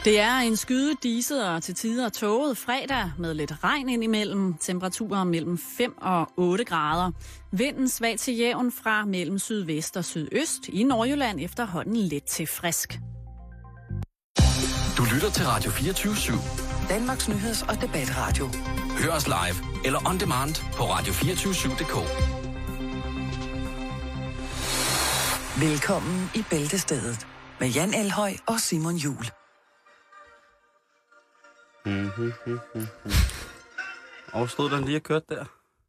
Det er en skyde, diset og til tider tåget fredag med lidt regn indimellem. Temperaturer mellem 5 og 8 grader. Vinden svag til jævn fra mellem sydvest og sydøst. I Nordjylland efterhånden let til frisk. Du lytter til Radio 24/7. Danmarks nyheds- og debatradio. Hør os live eller on demand på radio247.dk. Velkommen i Bæltestedet med Jan Elhøj og Simon Juhl. Og stod den lige og kørt der?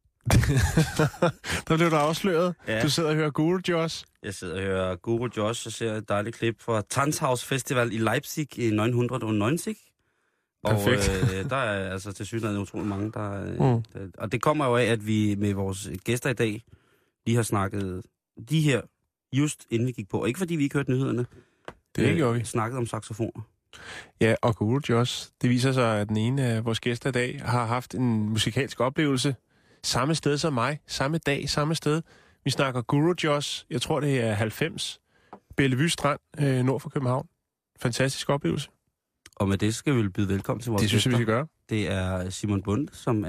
Der blev der afsløret. Ja. Du sidder og hører Guru Josh. Jeg sidder og hører Guru Josh og ser et dejligt klip fra Tanzhaus Festival i Leipzig i 1990. Perfekt. Og der er altså til synligheden utrolig mange, der... Og det kommer jo af, at vi med vores gæster i dag lige har snakket de her just inden vi gik på. Og ikke fordi vi ikke hørte nyhederne. Det gjorde vi. Snakket om saxofoner. Ja, og Guru Josh. Det viser sig, at den ene af vores gæster i dag har haft en musikalsk oplevelse. Samme sted som mig. Samme dag, samme sted. Vi snakker Guru Josh. Jeg tror, det er 90. Bellevue Strand, nord for København. Fantastisk oplevelse. Og med det skal vi byde velkommen til vores Det synes jeg, vi skal gøre. Det er Simon Bunde, som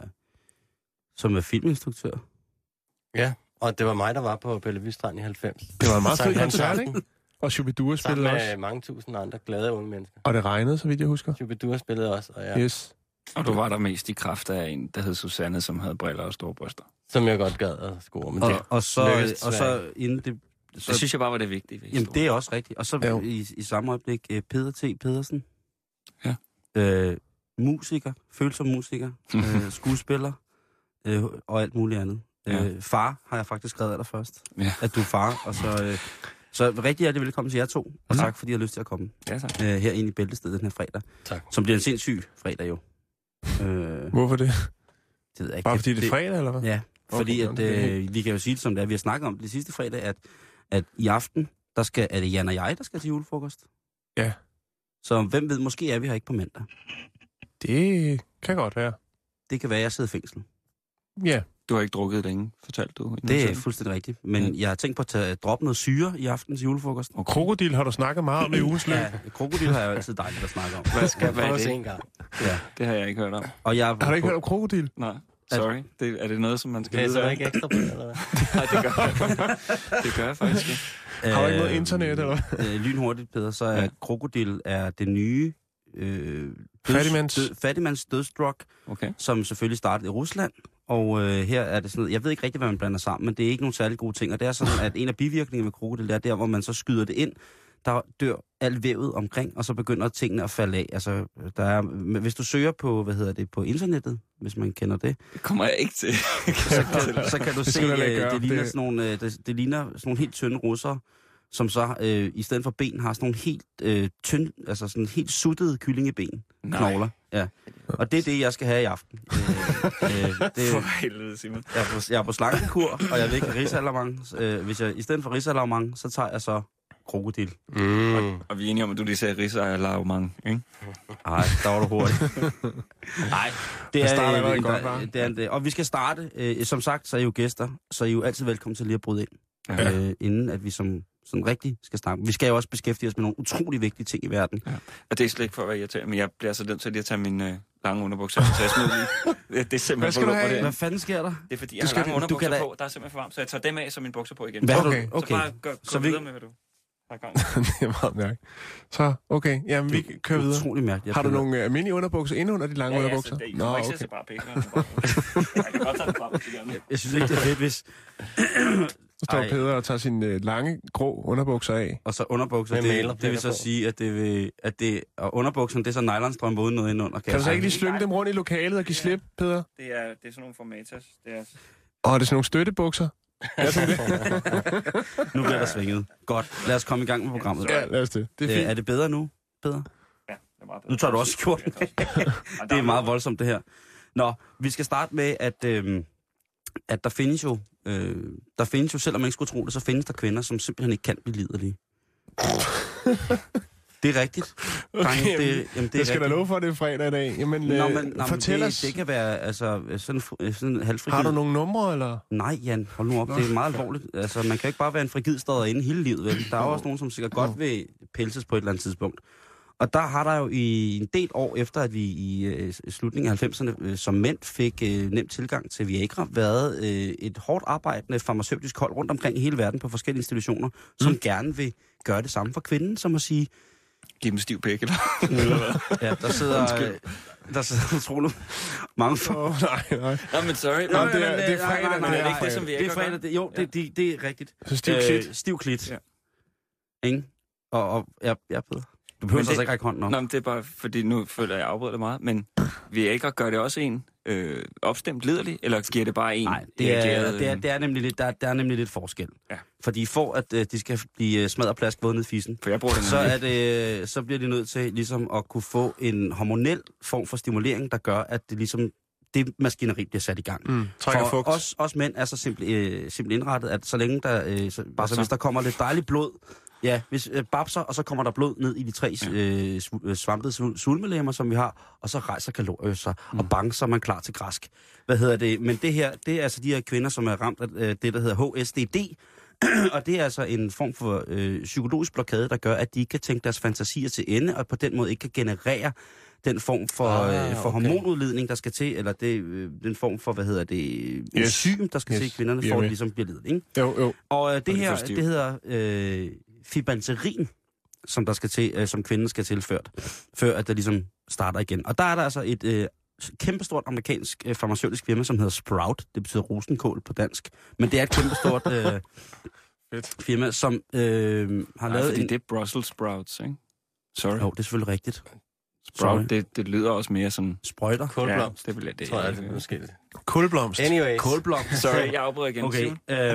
er filminstruktør. Ja, og det var mig, der var på Bellevue Strand i 90. Det var en meget fed koncert, ikke? Og Shubidua spillede sammen også. med mange tusind andre glade unge mennesker. Og det regnede, så vidt jeg husker. Shubidua spillede også, og ja. Yes. Og du var der mest i kraft af en, der hed Susanne, som havde briller og store bryster. Som jeg godt gad at score. Men Og så inden det... Så synes jeg bare var det vigtige. Jamen, det er også rigtigt. Og så i samme øjeblik, Peder T. Pedersen. Ja. Musiker, følsom musiker, skuespiller og alt muligt andet. Far har jeg faktisk skrevet af dig først. Ja. At du er far. Og så rigtig hjertelig velkommen til jer to. Og tak, fordi I har lyst til at komme her ind i Bæltestedet den her fredag. Tak. Som bliver en sindssyg fredag jo. Hvorfor det? Det ved jeg ikke. Bare fordi det er fredag, eller hvad? Ja, fordi vi kan jo sige det som det er. Vi har snakket om det sidste fredag, at i aften, er det Jan og jeg, der skal til julefrokost. Ja. Så hvem ved, måske er vi her ikke på mandag. Det kan godt være. Det kan være, at jeg sidder i fængsel. Ja. Du har ikke drukket længe, fortalte du. Det er fuldstændig rigtigt. Men jeg har tænkt på at droppe noget syre i aftens julefrokost. Og krokodil har du snakket meget om i ugens løb. Ja, krokodil har jeg jo altid dejligt at snakke om. Hvad er det? En gang. Ja. Det har jeg ikke hørt om. Og har du ikke hørt om krokodil? Nej, sorry. Er det noget, som man skal Læser vide? du ikke ekstra på det, eller hvad? Nej, det gør jeg. Det gør jeg faktisk ikke. Har du ikke noget internet, eller hvad? Lynhurtigt, Peder, så er krokodil det nye... fattigmands dødsdrug, som selvfølgelig startede i Rusland. Og her er det sådan, jeg ved ikke rigtig, hvad man blander sammen, men det er ikke nogen særlig gode ting. Og det er sådan, at en af bivirkningerne ved krokodil er der, hvor man så skyder det ind, der dør alt vævet omkring, og så begynder tingene at falde af. Altså, hvis du søger på, på internettet, hvis man kender det. Det kommer jeg ikke til. så kan du se, det ligner sådan nogle helt tynde russere, som så i stedet for ben har sådan nogle helt altså sådan helt suttede kyllingeben, knogler. Ja. Og det er det, jeg skal have i aften. For helvede, Simon. Jeg er på slankekur, og jeg vil ikke have risalamang. Hvis jeg i stedet for risalamang, så tager jeg så krokodil. Og vi er enige om, at du lige sagde risalamang, ikke? Nej, der var du hurtigt. Nej, det er godt. Og vi skal starte. Som sagt, så er I jo gæster, så er I jo altid velkommen til lige at bryde ind. Inden at vi sådan rigtig skal snakke. Vi skal jo også beskæftige os med nogle utrolig vigtige ting i verden. Ja. Og det er slet ikke for at være irriterende, men jeg bliver så nødt til lige at tage mine lange underbukser, så jeg smider lige. Det er simpelthen for lummer. Hvad fanden sker der? Det er fordi, jeg har lange underbukser på, der er simpelthen for varmt, så jeg tager dem af som mine bukser på igen. Okay. Så bare gå videre med, hvad du har gang. Det er meget mærkeligt. Så, okay. Jamen, vi kører videre. Utrolig mærkeligt. Har du nogle almindelige underbukser inde under de lange underbukser? Ja, så det er ikke bare pæk. Jeg kan godt tage det frem, hvis jeg Jeg synes ikke, det er fedt, hvis... Så står Peder og tager sine lange, grå underbukser af. Og så underbukser, det vil så sige, og underbukserne, det er så nylonstrømper uden noget indunder. Kan du så ikke lige slynge dem rundt i lokalet og give slip, Peder? Det er sådan nogle formatas. Det er det er sådan nogle støttebukser? Nu bliver der svinget. Godt, lad os komme i gang med programmet. Ja, lad os det. Det er fint. Er det bedre nu, Peder? Ja, det er meget bedre. Nu tager du også skjorten. Det er meget voldsomt, det her. Nå, vi skal starte med, at der findes jo, selvom man ikke skulle tro det, så findes der kvinder, som simpelthen ikke kan blive liderlige. Det er rigtigt. Okay, det jeg skal da love for, at det er fredag i dag. Jamen, fortæl os. Det kan være altså, sådan halvfrigid. Har du nogle numre, eller? Nej, Jan, hold nu op. Det er meget alvorligt. Altså, man kan ikke bare være en frigidsteder inde hele livet, vel? Der er også nogen, som sikkert godt vil pelses på et eller andet tidspunkt. Og der har der jo i en del år efter, at vi i slutningen af 90'erne som mænd fik nemt tilgang til Viagra, været et hårdt arbejdende farmaceutisk hold rundt omkring i hele verden på forskellige institutioner, som gerne vil gøre det samme for kvinden, som at sige... Giv dem stiv pæk, eller? Ja, der sidder utroligt mange for... Nej. Nå, men sorry. Det er fredag. Nej, det er ikke det, som vi det er fredag. Det er rigtigt. Så stiv klit. Stiv klit. Ja. Ikke? Og jeg er bedre. Du behøver altså ikke række hånden op. Nå, men det er bare, fordi nu føler jeg afbryder det meget, men vi ikke gør det også en opstemt liderlig, eller giver det bare en? Nej, det er nemlig lidt, der er nemlig lidt forskel. Ja. Fordi for at de skal blive smadret plask våd ned i fissen, For jeg bruger det så bliver de nødt til ligesom at kunne få en hormonel form for stimulering, der gør, at det ligesom det maskineri bliver sat i gang. Trækker For fugt. os mænd er så simpelt indrettet, at så længe der, så hvis der kommer lidt dejligt blod, ja, hvis babser, og så kommer der blod ned i de 3 svampede svulmelemmer, som vi har, og så rejser kalorier sig, og bang, så er man klar til græsk. Men det her, det er altså de her kvinder, som er ramt af det, der hedder HSDD, og det er altså en form for psykologisk blokade, der gør, at de ikke kan tænke deres fantasier til ende, og på den måde ikke kan generere den form for hormonudledning, der skal til, eller den form for, enzym, der skal til, kvinderne får, ligesom bliver ledet, ikke? Jo. Og det her, det hedder fibanserin, som der skal til, som kvinden skal tilført, før at det ligesom starter igen. Og der er der altså et kæmpestort amerikansk farmaceutisk firma, som hedder Sprout. Det betyder rosenkål på dansk. Men det er et kæmpestort firma, som har lavet det er Brussels sprouts, ikke? Sorry. Jo, det er selvfølgelig rigtigt. Sprout, det lyder også mere som... Sprøjter? Kålblomst. Ja, det vil jeg det. Tror jeg, det er måske det. Kulblomst. Anyways. Kålblomst. Sorry, jeg afbryder igen. Okay.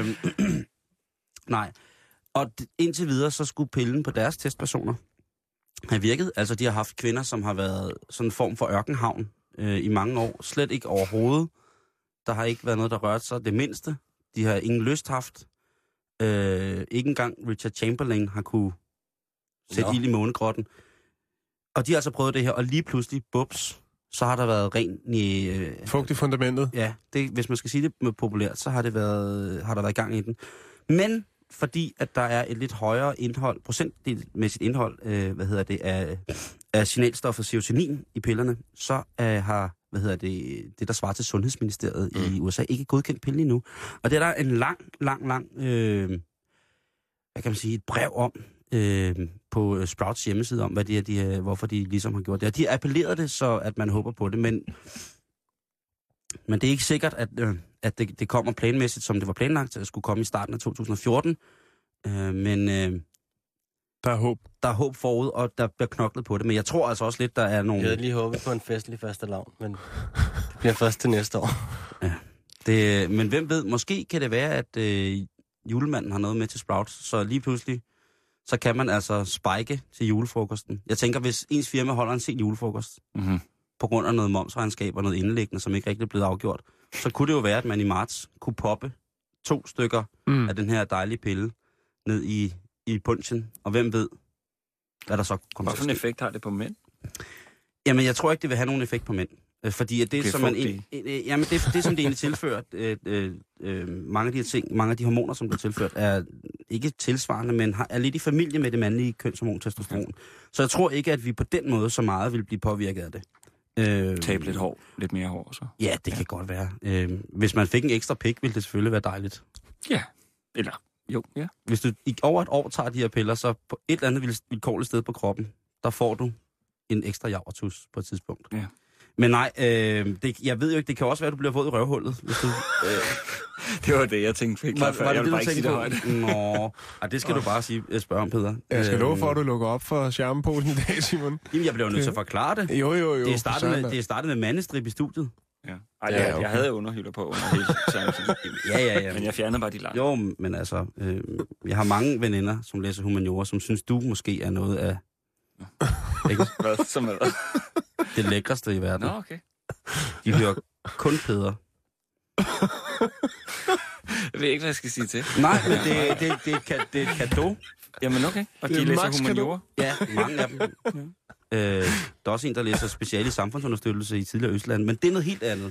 Nej. Og indtil videre, så skulle pillen på deres testpersoner have virket. Altså, de har haft kvinder, som har været sådan en form for ørkenhavn i mange år. Slet ikke overhovedet. Der har ikke været noget, der rørte sig det mindste. De har ingen lyst haft. Ikke engang Richard Chamberlain har kunne sætte ild i månegrotten. Og de har altså prøvet det her, og lige pludselig, bubs, så har der været ren i... Fugt i fundamentet. Ja, hvis man skal sige det med populært, så har der været gang i den. Men fordi at der er et lidt højere indhold, procentmæssigt indhold, af signalstoffet serotonin i pillerne, så har, det der svarer til Sundhedsministeriet i USA, ikke godkendt pillen endnu. Og det er der en lang, hvad kan man sige, et brev om, på Sprouts hjemmeside om, hvad hvorfor de ligesom har gjort det. Og de appellerede det, så at man håber på det, men det er ikke sikkert, at det kommer planmæssigt, som det var planlagt, at det skulle komme i starten af 2014. Men der er håb. Der er håb forud, og der bliver knoklet på det. Men jeg tror altså også lidt, der er nogle... Jeg havde lige håbet på en festlig fastelavn, men det bliver først til næste år. Ja. Men hvem ved, måske kan det være, at julemanden har noget med til Sprouts, så lige pludselig så kan man altså spike til julefrokosten. Jeg tænker, hvis ens firma holder en sen julefrokost, på grund af noget momsregnskab og noget indlæggende, som ikke rigtig er blevet afgjort, så kunne det jo være, at man i marts kunne poppe 2 stykker af den her dejlige pille ned i punchen. Og hvem ved, hvad der så kommer til at ske. Hvilken effekt har det på mænd? Jamen, jeg tror ikke, det vil have nogen effekt på mænd. Fordi at det, som man det, som det egentlig tilfører, mange af de her ting, mange af de hormoner, som bliver tilført, er ikke tilsvarende, men er lidt i familie med det mandlige kønshormon testosteron. Så jeg tror ikke, at vi på den måde så meget vil blive påvirket af det. Tabe lidt hår, lidt mere hår så. Ja, det kan godt være. Hvis man fik en ekstra pik, ville det selvfølgelig være dejligt. Ja, eller jo, ja. Hvis du over et år tager de her piller, så på et eller andet vilkårligt sted på kroppen, der får du en ekstra javertus på et tidspunkt. Ja. Men nej, jeg ved jo ikke, det kan også være, at du bliver våd i røvhullet. Hvis du, det var det, jeg tænkte fik. Var jeg det, bare ikke sige det højt. Nå, det skal du bare spørge om, Peter. Jeg skal love for, at du lukker op for charmeposen i dag, Simon. Jamen, jeg bliver nødt til at forklare det. Jo. Det startede med mandestrip i studiet. Ja. Okay. Jeg havde underhylder på under hele seancen. Ja. Men jeg fjernede bare de lange. Jo, men altså, jeg har mange veninder, som læser humaniora, som synes, du måske er noget af... Ikke? Hvad? Som hvad? Det lækreste i verden. Nå, okay. De hører kun Peder. Jeg ved ikke, hvad jeg skal sige til. Nej, men det er et cadeau. Jamen okay. Og de læser humaniora? Ja, mange af dem. Der er også en, der læser speciale i samfundsunderstøttelse i tidligere Østland, men det er noget helt andet.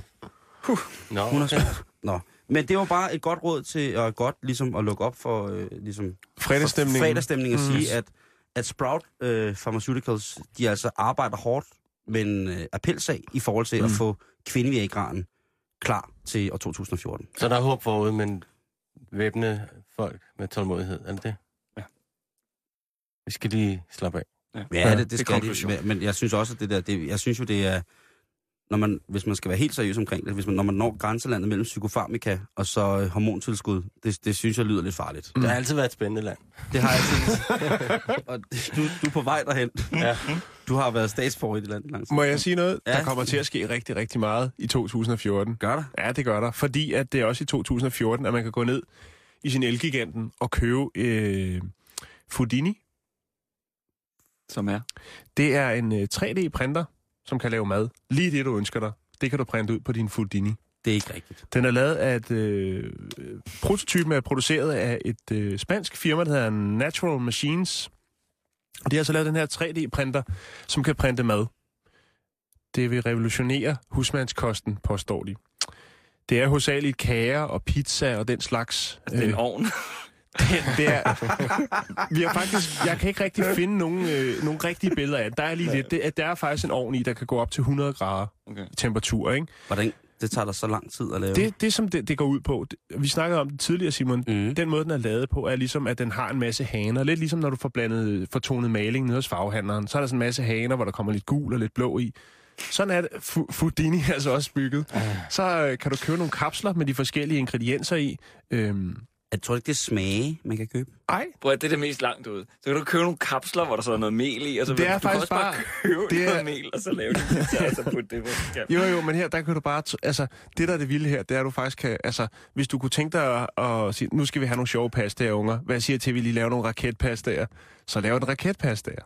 Nå. Men det var bare et godt råd til, og godt ligesom at lukke op for fredagsstemning at sige, at Sprout Pharmaceuticals, de altså arbejder hårdt med en appelsag i forhold til at få kvindeviagraen klar til år 2014. Så der er håb forude, men væbne folk med tålmodighed, er det det? Ja. Vi skal lige slappe af. Ja, det skal de. Men jeg synes også, at jeg synes jo, det er... Hvis man skal være helt seriøs omkring det, når man når grænselandet mellem psykofarmika og så hormontilskud, det synes jeg lyder lidt farligt. Det har altid været et spændende land. Det har jeg og du er på vej derhen. Ja. Du har været statsborger i det land langt. Må jeg sige noget? Ja. Der kommer til at ske rigtig, rigtig meget i 2014. Gør der? Ja, det gør der. Fordi at det er også i 2014, at man kan gå ned i sin Elgiganten og købe Foodini. Som er? Det er en 3D-printer, som kan lave mad. Lige det, du ønsker dig. Det kan du printe ud på din Foodini. Det er ikke rigtigt. Den er lavet af prototypen er produceret af et spansk firma, der hedder Natural Machines. Og de har så lavet den her 3D-printer, som kan printe mad. Det vil revolutionere husmandskosten, påstår de. Det er hovedsageligt kager og pizza og den slags. Altså, det er en ovn. Det er, vi har faktisk, jeg kan ikke rigtig finde nogle rigtige billeder af det. Der er lige lidt. Der er faktisk en ovn i, der kan gå op til 100 grader temperatur, ikke? Hvordan? Det tager der så lang tid at lave? Det som det går ud på, vi snakkede om det tidligere, Simon, den måde, den er lavet på, er ligesom, at den har en masse haner. Lidt ligesom, når du får fortonet maling nede hos farvehandleren. Så er der sådan en masse haner, hvor der kommer lidt gul og lidt blå i. Sådan er det. Foodini er altså også bygget. Så kan du købe nogle kapsler med de forskellige ingredienser i. Jeg tror ikke, det er smage, man kan købe. Ej. Prøv, det er det mest langt ud. Så kan du købe nogle kapsler, hvor der så er noget mel i, og så det er du faktisk kan også bare købe noget mel, og så lave det pizza, og så putte det på skab. Jo, men her, der kan du bare... Altså, det der er det vilde her, det er, at du faktisk kan... Altså, hvis du kunne tænke dig at sige, nu skal vi have nogle sjove pastaer, unger. Hvad siger til, at vi lige laver nogle raketpastaer? Så laver den raketpastaer.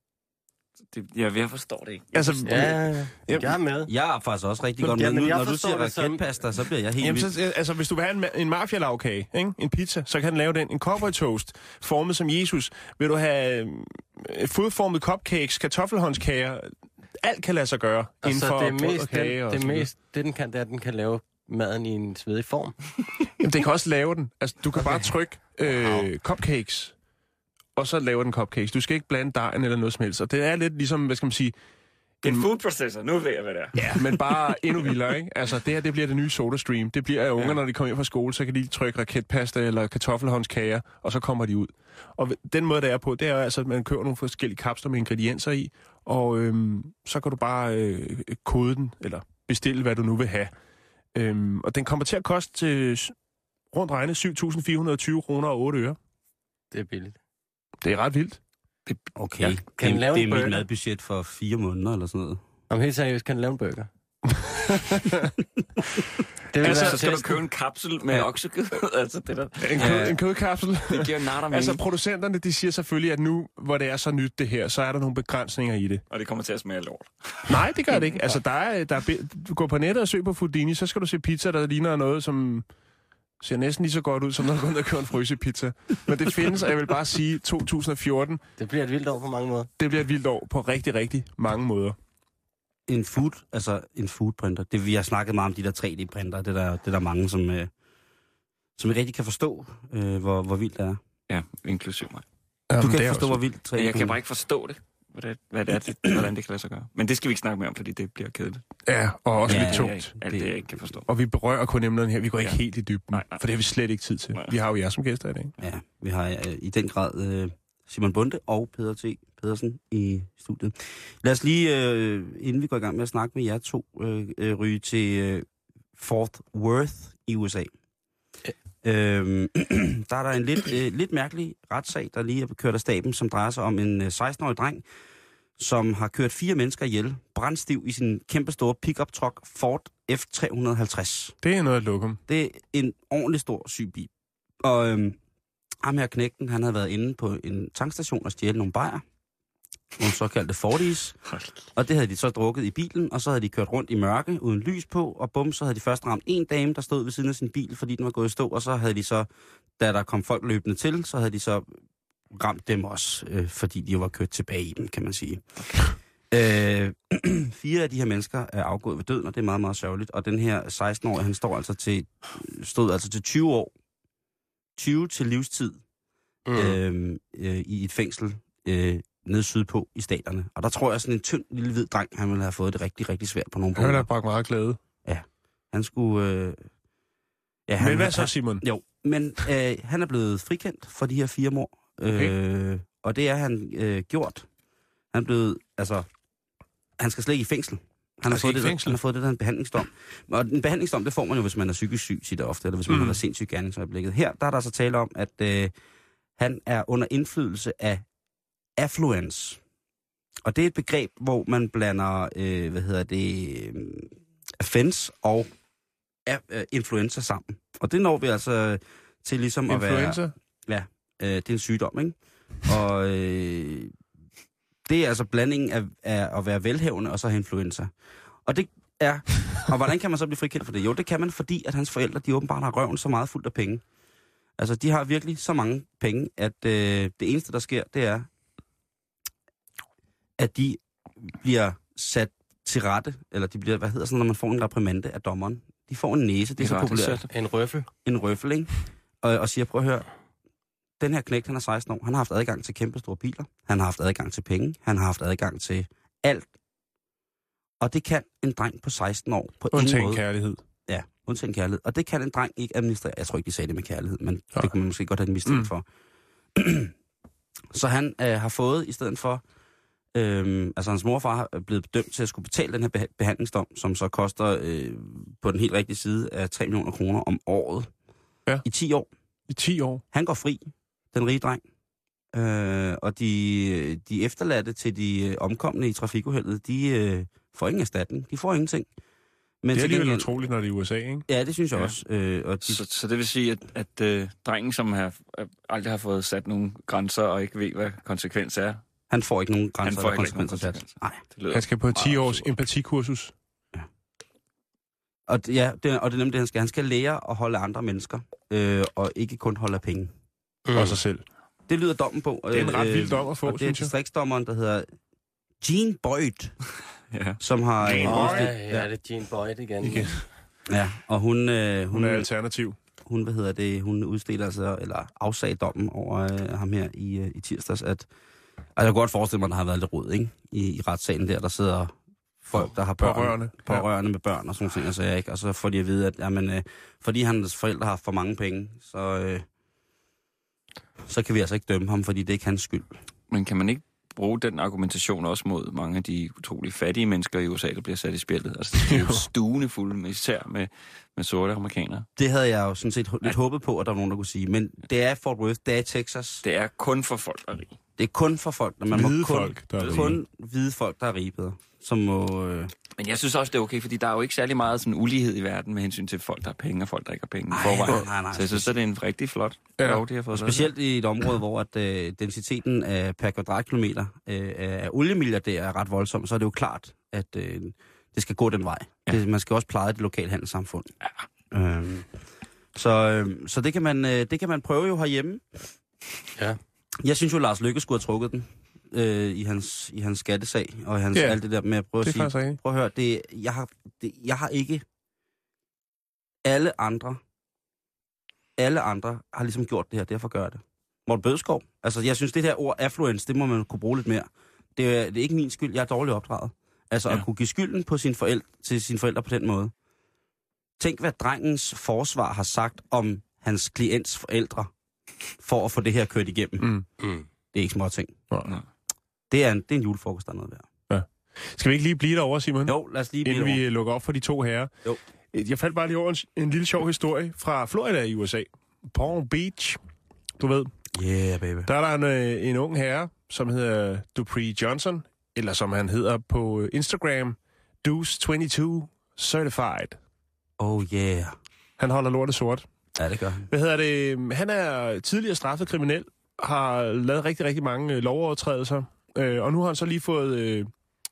Jeg forstår det ikke. Altså, jeg er med. Jeg er faktisk også rigtig godt med. Når du siger raketpasta, så bliver jeg helt vildt. Så, altså, hvis du vil have en mafialavkage, ikke? En pizza, så kan den lave den. En cowboy toast, formet som Jesus. Vil du have fodformet cupcakes, kartoffelhåndskager? Alt kan lade sig gøre inden for brød og kage. Det den kan, det er, at den kan lave maden i en svedig form. Jamen, den kan også lave den. Altså, du kan bare trykke cupcakes, og så laver den cupcakes. Du skal ikke blande dejen eller noget som helst. Og det er lidt ligesom, hvad skal man sige... En food processor, nu ved jeg, hvad det er. Ja, men bare endnu vildere, ikke? Altså, det her, det bliver det nye SodaStream. Det bliver, at unger, når de kommer hjem fra skole, så kan de trykke raketpasta eller kartoffelhåndskager, og så kommer de ud. Og den måde, det er på, det er altså, at man køber nogle forskellige kapsler med ingredienser i, og så kan du bare kode den, eller bestille, hvad du nu vil have. Og den kommer til at koste rundt regnet 7.420 kroner og 8 øre. Det er billigt. Det er ret vildt. Okay, ja, kan det er mit madbudget for 4 måneder eller sådan noget. Jamen helt seriøst, kan du lave en burger? Så skal du købe en kapsel med oksekød? Altså, det der. En kødkapsel. Det giver nada mening. Altså, producenterne, de siger selvfølgelig, at nu, hvor det er så nyt det her, så er der nogle begrænsninger i det. Og det kommer til at smage lort. Nej, det gør det ikke. Altså, du går på nettet og søger på Foodini, så skal du se pizza, der ligner noget, som ser næsten lige så godt ud, som når du går ned og køber en frysepizza. Men det findes, og jeg vil bare sige, 2014... Det bliver et vildt år på mange måder. Det bliver et vildt år på rigtig, rigtig mange måder. En foodprinter. Vi har snakket meget om de der 3D-printer. Det er der mange, som vi rigtig kan forstå, hvor vildt det er. Ja, inklusiv mig. Du kan ikke forstå, hvor vildt 3D. Jeg kan bare ikke forstå det. Hvad det er, hvordan det kan lade sig gøre. Men det skal vi ikke snakke mere om, fordi det bliver kedeligt. Ja, og også lidt tungt. Alt det, jeg ikke kan forstå. Og vi berører kun emnerne her. Vi går ikke helt i dybden, nej. for det har vi slet ikke tid til. Vi har jo jer som gæster i dag. Ja, vi har i den grad Simon Bonde og Peter T. Pedersen i studiet. Lad os lige, inden vi går i gang med at snakke med jer to, ryge til Fort Worth i USA. Der er der en lidt mærkelig retssag, der lige er kørt af staben, som drejer sig om en 16-årig dreng, som har kørt 4 mennesker ihjel, brandstiv i sin kæmpestore pickup truck Ford F350. Det er noget at lukke om. Det er en ordentlig stor syg bil. Og ham her knægten, han havde været inde på en tankstation og stjælet nogle bajer. Nogle såkaldte Forties. Og det havde de så drukket i bilen, og så havde de kørt rundt i mørke, uden lys på, og bum, så havde de først ramt en dame, der stod ved siden af sin bil, fordi den var gået i stå, og så havde de så, da der kom folk løbende til, så havde de så ramt dem også, fordi de var kørt tilbage i den, kan man sige. Okay. 4 af de her mennesker er afgået ved døden, og det er meget, meget sørgeligt. Og den her 16-årige, han stod altså til 20 år. 20 til livstid i et fængsel nede sydpå i staterne. Og der tror jeg, sådan en tynd lille hvid dreng, han ville have fået det rigtig, rigtig svært på nogle punkter. Han har bragt meget glæde. Ja, han skulle... Men hvad så, Simon? Jo, men han er blevet frikendt for de her 4 mord. Okay. Og det er han gjort. Han er blevet... Altså, han skal slet ikke i fængsel. Han har fået det der en behandlingsdom. Og en behandlingsdom, det får man jo, hvis man er psykisk syg, siger det ofte, eller hvis man har sindssyg gerningsøjeblikket. Her, der er der så tale om, at han er under indflydelse af affluence. Og det er et begreb, hvor man blander, offense og influenza sammen. Og det når vi altså til ligesom influenza? At være... Ja, det er en sygdom, ikke? Og det er altså blandingen af at være velhavende og så have influenza. Og det er... Og hvordan kan man så blive frikendt for det? Jo, det kan man, fordi at hans forældre, de åbenbart har røven så meget fuldt af penge. Altså, de har virkelig så mange penge, at det eneste, der sker, det er, at de bliver sat til rette, eller de bliver, hvad hedder sådan, når man får en reprimande af dommeren. De får en næse, det er så populært. En røffel. En røffel, ikke? Og siger, prøv at høre, den her knægt, han er 16 år, han har haft adgang til kæmpe store biler, han har haft adgang til penge, han har haft adgang til alt. Og det kan en dreng på 16 år på ingen måde. Undtagen kærlighed. Ja, undtagen kærlighed. Og det kan en dreng ikke administrere. Jeg tror ikke, de sagde det med kærlighed, men det kunne man måske godt have en mistænkt for. Så han har fået, i stedet for... altså hans morfar er blevet dømt til at skulle betale den her behandlingsdom, som så koster på den helt rigtige side af 3 millioner kroner om året. Ja. I 10 år. I 10 år? Han går fri, den rige dreng. Og de efterladte til de omkomne i trafikuheldet, de får ingen erstatning. De får ingenting. Men det er alligevel utroligt, når det er i USA, ikke? Ja, det synes jeg også. Så det vil sige, at drengen, som aldrig har fået sat nogle grænser og ikke ved, hvad konsekvens er, han får ikke nogen grænser eller konsekvenser sat. Nej. Han skal på 10 års empatikursus. Ja. Og det er nemlig det, han skal. Han skal lære at holde andre mennesker, og ikke kun holde af penge. Og sig selv. Det lyder dommen på. Det er en ret vild dom at få, og det er distriktsdommeren, der hedder Jean Boyd, ja. Som har... Ja, det er Jean Boyd igen. Ja, og hun er alternativ. Hun, hun udstiller altså, eller afsag dommen over ham her i tirsdags, at... Altså, jeg kan godt forestille mig, at der har været lidt rod, ikke? I retssalen der sidder folk, der har børn, pårørende med børn og sådan ting, så ikke? Og så får de at vide, at jamen, fordi hans forældre har for mange penge, så kan vi altså ikke dømme ham, fordi det er ikke hans skyld. Men kan man ikke bruge den argumentation også mod mange af de utrolig fattige mennesker i USA, der bliver sat i spillet? Altså, det er jo stuende fulde, især med sorte amerikanere. Det havde jeg jo sådan set lidt håbet på, at der var nogen, der kunne sige. Men det er Fort Worth, det er Texas. Det er kun for folk, der er rige. Det er kun for folk, der kun hvide folk, der er rige, Peder. Som må... Men jeg synes også, det er okay, fordi der er jo ikke særlig meget sådan ulighed i verden med hensyn til folk, der har penge og folk, der ikke har penge. Nej. Så jeg synes, at det er en rigtig flot lov, de har fået. Specielt i et område, hvor at, densiteten per kvadratkilometer af oliemilliardærer er ret voldsom, så er det jo klart, at det skal gå den vej. Ja. Man skal også pleje det lokale handelssamfund. Ja. Så det kan man prøve jo herhjemme. Ja. Jeg synes jo, Lars Løkke skulle have trukket den i hans skattesag, og hans alt det der med at prøve at sige, prøv at høre, jeg har ikke alle andre har ligesom gjort det her, derfor gør jeg det. Morten Bødskov, altså jeg synes, det her ord affluence, det må man kunne bruge lidt mere. Det er ikke min skyld, jeg er dårligt opdraget. Altså at kunne give skylden på til sine forældre på den måde. Tænk, hvad drengens forsvar har sagt om hans klients forældre, for at få det her kørt igennem. Det er ikke små ting. Nej. Det er en julefrokost, der er noget værd. Ja. Skal vi ikke lige blive derovre, Simon? Jo, lad os lige blive inden vi lukker op for de to herrer. Jo. Jeg faldt bare lige over en lille sjov historie fra Florida i USA. Palm Beach, du ved. Yeah, baby. Der er der en ung herre, som hedder Dupree Johnson, eller som han hedder på Instagram, Deuce22 Certified. Oh yeah. Han holder lortet sort. Ja, det gør han. Han er tidligere straffet kriminel, har lavet rigtig, rigtig mange lovovertrædelser, og nu har han så lige fået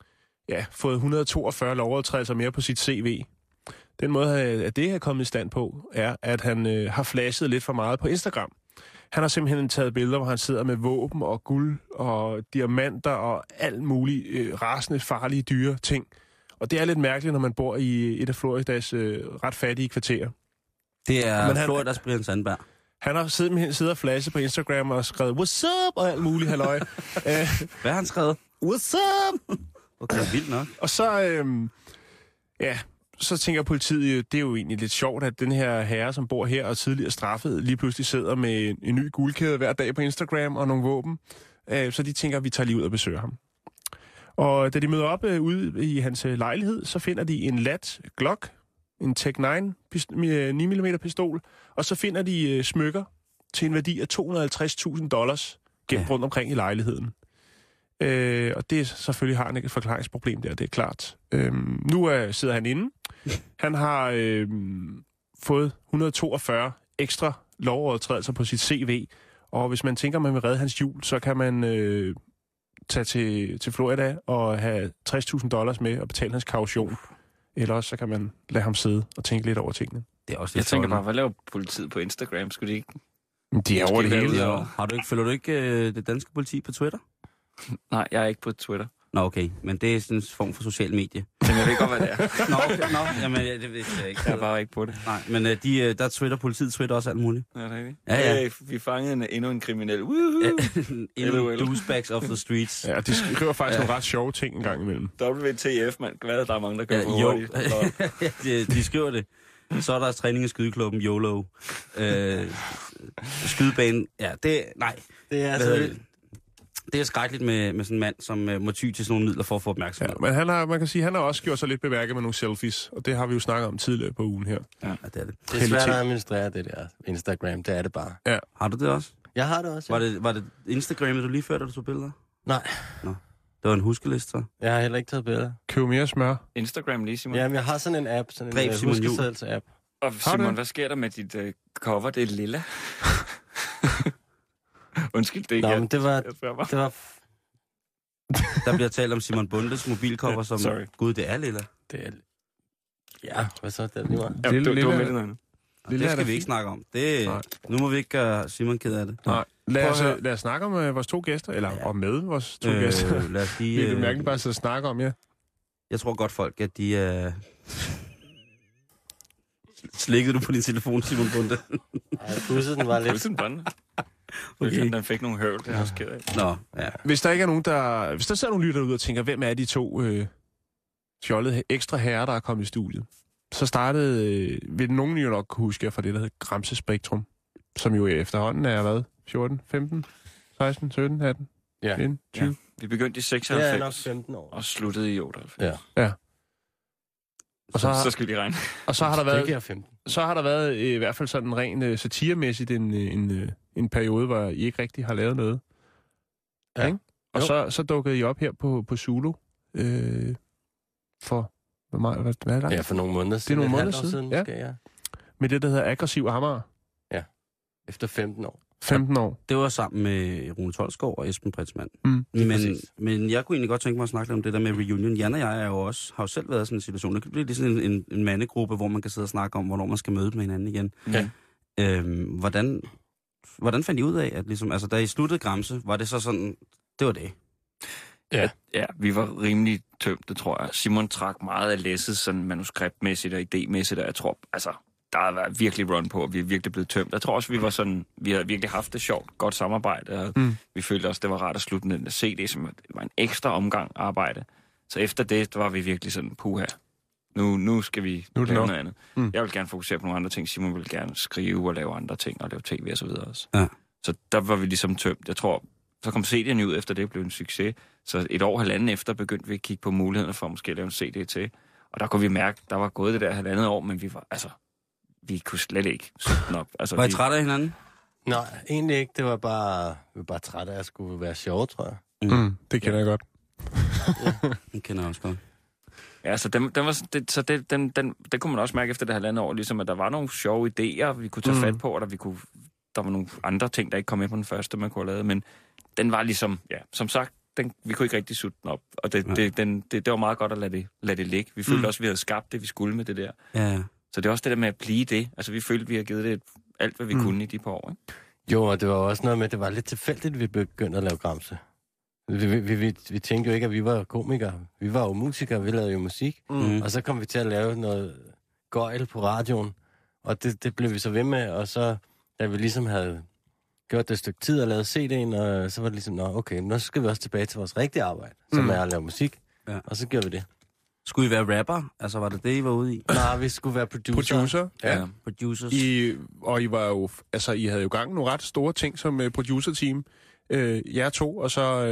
142 lovovertrædelser mere på sit CV. Den måde, at det er kommet i stand på, er, at han har flashet lidt for meget på Instagram. Han har simpelthen taget billeder, hvor han sidder med våben og guld og diamanter og alt muligt rasende, farlige, dyre ting. Og det er lidt mærkeligt, når man bor i et af Floridas ret fattige kvarterer. Det er Floridas Brian Sandberg. Han har siddet og flashet på Instagram og skrevet, what's up, og alt muligt, halløj. Hvad har han skrevet? What's up? Okay, vildt nok. Og så, så tænker politiet, det er jo egentlig lidt sjovt, at den her herre, som bor her og tidligere straffet, lige pludselig sidder med en ny guldkæde hver dag på Instagram og nogle våben. Så de tænker, at vi tager lige ud og besøger ham. Og da de møder op ude i hans lejlighed, så finder de en lat Glock, en Tech 9 9mm pistol, og så finder de smykker til en værdi af $250,000 gemt rundt omkring i lejligheden. Og det selvfølgelig har han ikke et forklaringsproblem der, det er klart. Nu sidder han inde. Han har fået 142 ekstra lovovertrædelser på sit CV, og hvis man tænker, man vil redde hans jul, så kan man tage til Florida og have $60,000 med og betale hans kaution. Eller også så kan man lade ham sidde og tænke lidt over tingene. Det er også Jeg tænker bare, hvad laver politiet på Instagram? Skulle de ikke... De er over det hele. Ja. Følger du ikke det danske politi på Twitter? Nej, jeg er ikke på Twitter. Nå, okay. Men det er sådan en form for social medie. Men jeg ved godt, hvad det er. Nå, okay. Jamen, det ved jeg ikke. Jeg er bare ikke på det. Nej, men der politiet twitter også alt muligt. Ja, det er det. Ja. Hey, vi fangede endnu en kriminel. Woohoo! Endnu douchebags of the streets. Ja, de skriver faktisk nogle ret sjove ting en gang imellem. WTF, mand. Glad, der er mange, der gør for hurtigt. de skriver det. Så er der træning i skydeklubben, YOLO. Skydebanen. Ja, det er skrækkeligt med sådan en mand, som må ty til sådan nogle midler for at få opmærksomhed. Ja, men man kan sige, han har også gjort sig lidt bemærket med nogle selfies, og det har vi jo snakket om tidligere på ugen her. Ja, det er det. Det er svært at administrere det der Instagram, det er det bare. Ja. Har du det også? Jeg har det også, ja. Var det Instagrammet, du lige før, da du tog billeder? Nej. Nå. Det var en huskeliste, så? Jeg har heller ikke taget billeder. Køb mere smør. Instagram lige, Simon. Jamen, jeg har sådan en app, sådan en huskeseddels-app. Og Simon, hvad sker der med dit cover? Det er lilla. Undskyld, det er ikke... Nå, men det var... Der bliver talt om Simon Bundes mobilcover, som... Sorry. Gud, det er lilla. Det er... Ja, hvad så? Det er lige meget. Ja, du var med det noget. Det skal vi ikke snakke om. Nu må vi ikke gøre Simon ked af det. Nej. Lad os snakke om vores to gæster, eller om med vores to gæster. Lad os lige... Det er mærkeligt bare at snakke om, ja. Jeg tror godt folk, at de er... Slikkede du på din telefon, Simon Bunde? Nej, den var lidt... Okay. Den fik nogle høvl, det er også ked af. Nå, ja. Hvis der ikke er nogen, hvis der sidder nogle lytter ud og tænker, hvem er de to fjollede ekstra herrer, der er kommet i studiet, så startede, vil nogen jo nok kunne huske fra det, der hedder Gramse Spektrum, som jo efterhånden er, hvad? 14, 15, 16, 17, 18, 19, 20? Ja. Vi begyndte i 96. Det er nok 15 år. Og sluttede i 98. Ja. Og så skal vi lige regne. Og så har der været... Det er 15. Så har der været i hvert fald sådan ren satiremæssigt en periode, hvor I ikke rigtig har lavet noget. Ja. Ikke? Og så dukkede I op her på Zulu for... Hvad er det? Ja, for nogle måneder siden. Det er nogle måneder siden, måske, ja. Med det, der hedder Aggressiv Amager. Ja, efter 15 år. 15 år. Det var sammen med Rune Tolsgaard og Esben Pritzmann. Men jeg kunne egentlig godt tænke mig at snakke lidt om det der med reunion. Jan og jeg har jo selv været i sådan en situation. Det kan blive sådan en mandegruppe, hvor man kan sidde og snakke om, hvornår man skal møde med hinanden igen. Ja. Hvordan fandt I ud af, at ligesom, altså, da I sluttede Gramse, var det så sådan, det var det? Ja, vi var rimelig tømte, tror jeg. Simon trak meget af læsset, sådan manuskriptmæssigt og idémæssigt, og jeg tror, altså, der har været virkelig run på, og vi er virkelig blevet tømt. Jeg tror også, vi havde virkelig haft det sjovt, godt samarbejde, og vi følte også, det var rart at slutte med den CD, som var en ekstra omgang arbejde. Så efter det, var vi virkelig sådan, puha, nu skal vi lave noget andet. Jeg vil gerne fokusere på nogle andre ting. Simon vil gerne skrive og lave andre ting, og lave tv og så videre også. Ja. Så der var vi ligesom tømt. Jeg tror, så kom CD'en ud efter det, blev en succes. Så et år, halvanden efter, begyndte vi at kigge på mulighederne for at måske lave en CD til. Og der kunne vi mærke, der var gået det der halvandet år, men vi kunne slet ikke sætte den op. Altså, var I trætte af hinanden? Nej, egentlig ikke. Det var bare, vi var bare trætte af at skulle være sjove, tror jeg. Det kender jeg godt. Det kender jeg også godt. Ja, så den kunne man også mærke efter det halvandet år, ligesom at der var nogle sjove idéer, vi kunne tage fat på, og der var nogle andre ting, der ikke kom med på den første, man kunne have lavet, men den var ligesom, ja, som sagt, vi kunne ikke rigtig sutte den op, og det var meget godt at lade det ligge. Vi følte også, at vi havde skabt det, vi skulle med det der. Ja. Så det er også det der med at blive det. Altså, vi følte, at vi har givet det alt, hvad vi kunne i de par år, ikke? Jo, og det var også noget med, at det var lidt tilfældigt, at vi begyndte at lave Gramse. Vi tænkte jo ikke, at vi var komikere. Vi var jo musikere, vi lavede jo musik. Og så kom vi til at lave noget gøjl på radioen. Og det blev vi så ved med, og så da vi ligesom havde gjort det et stykke tid og lavet CD'en, og så var det ligesom, okay, nu skal vi også tilbage til vores rigtige arbejde, som er at lave musik, og så gjorde vi det. Skulle I være rapper? Altså, var det det, I var ude i? Nej, vi skulle være producer. Ja. Producers. Og I var jo, altså, I havde jo gang nogle ret store ting som producer-team. Jer to, og så...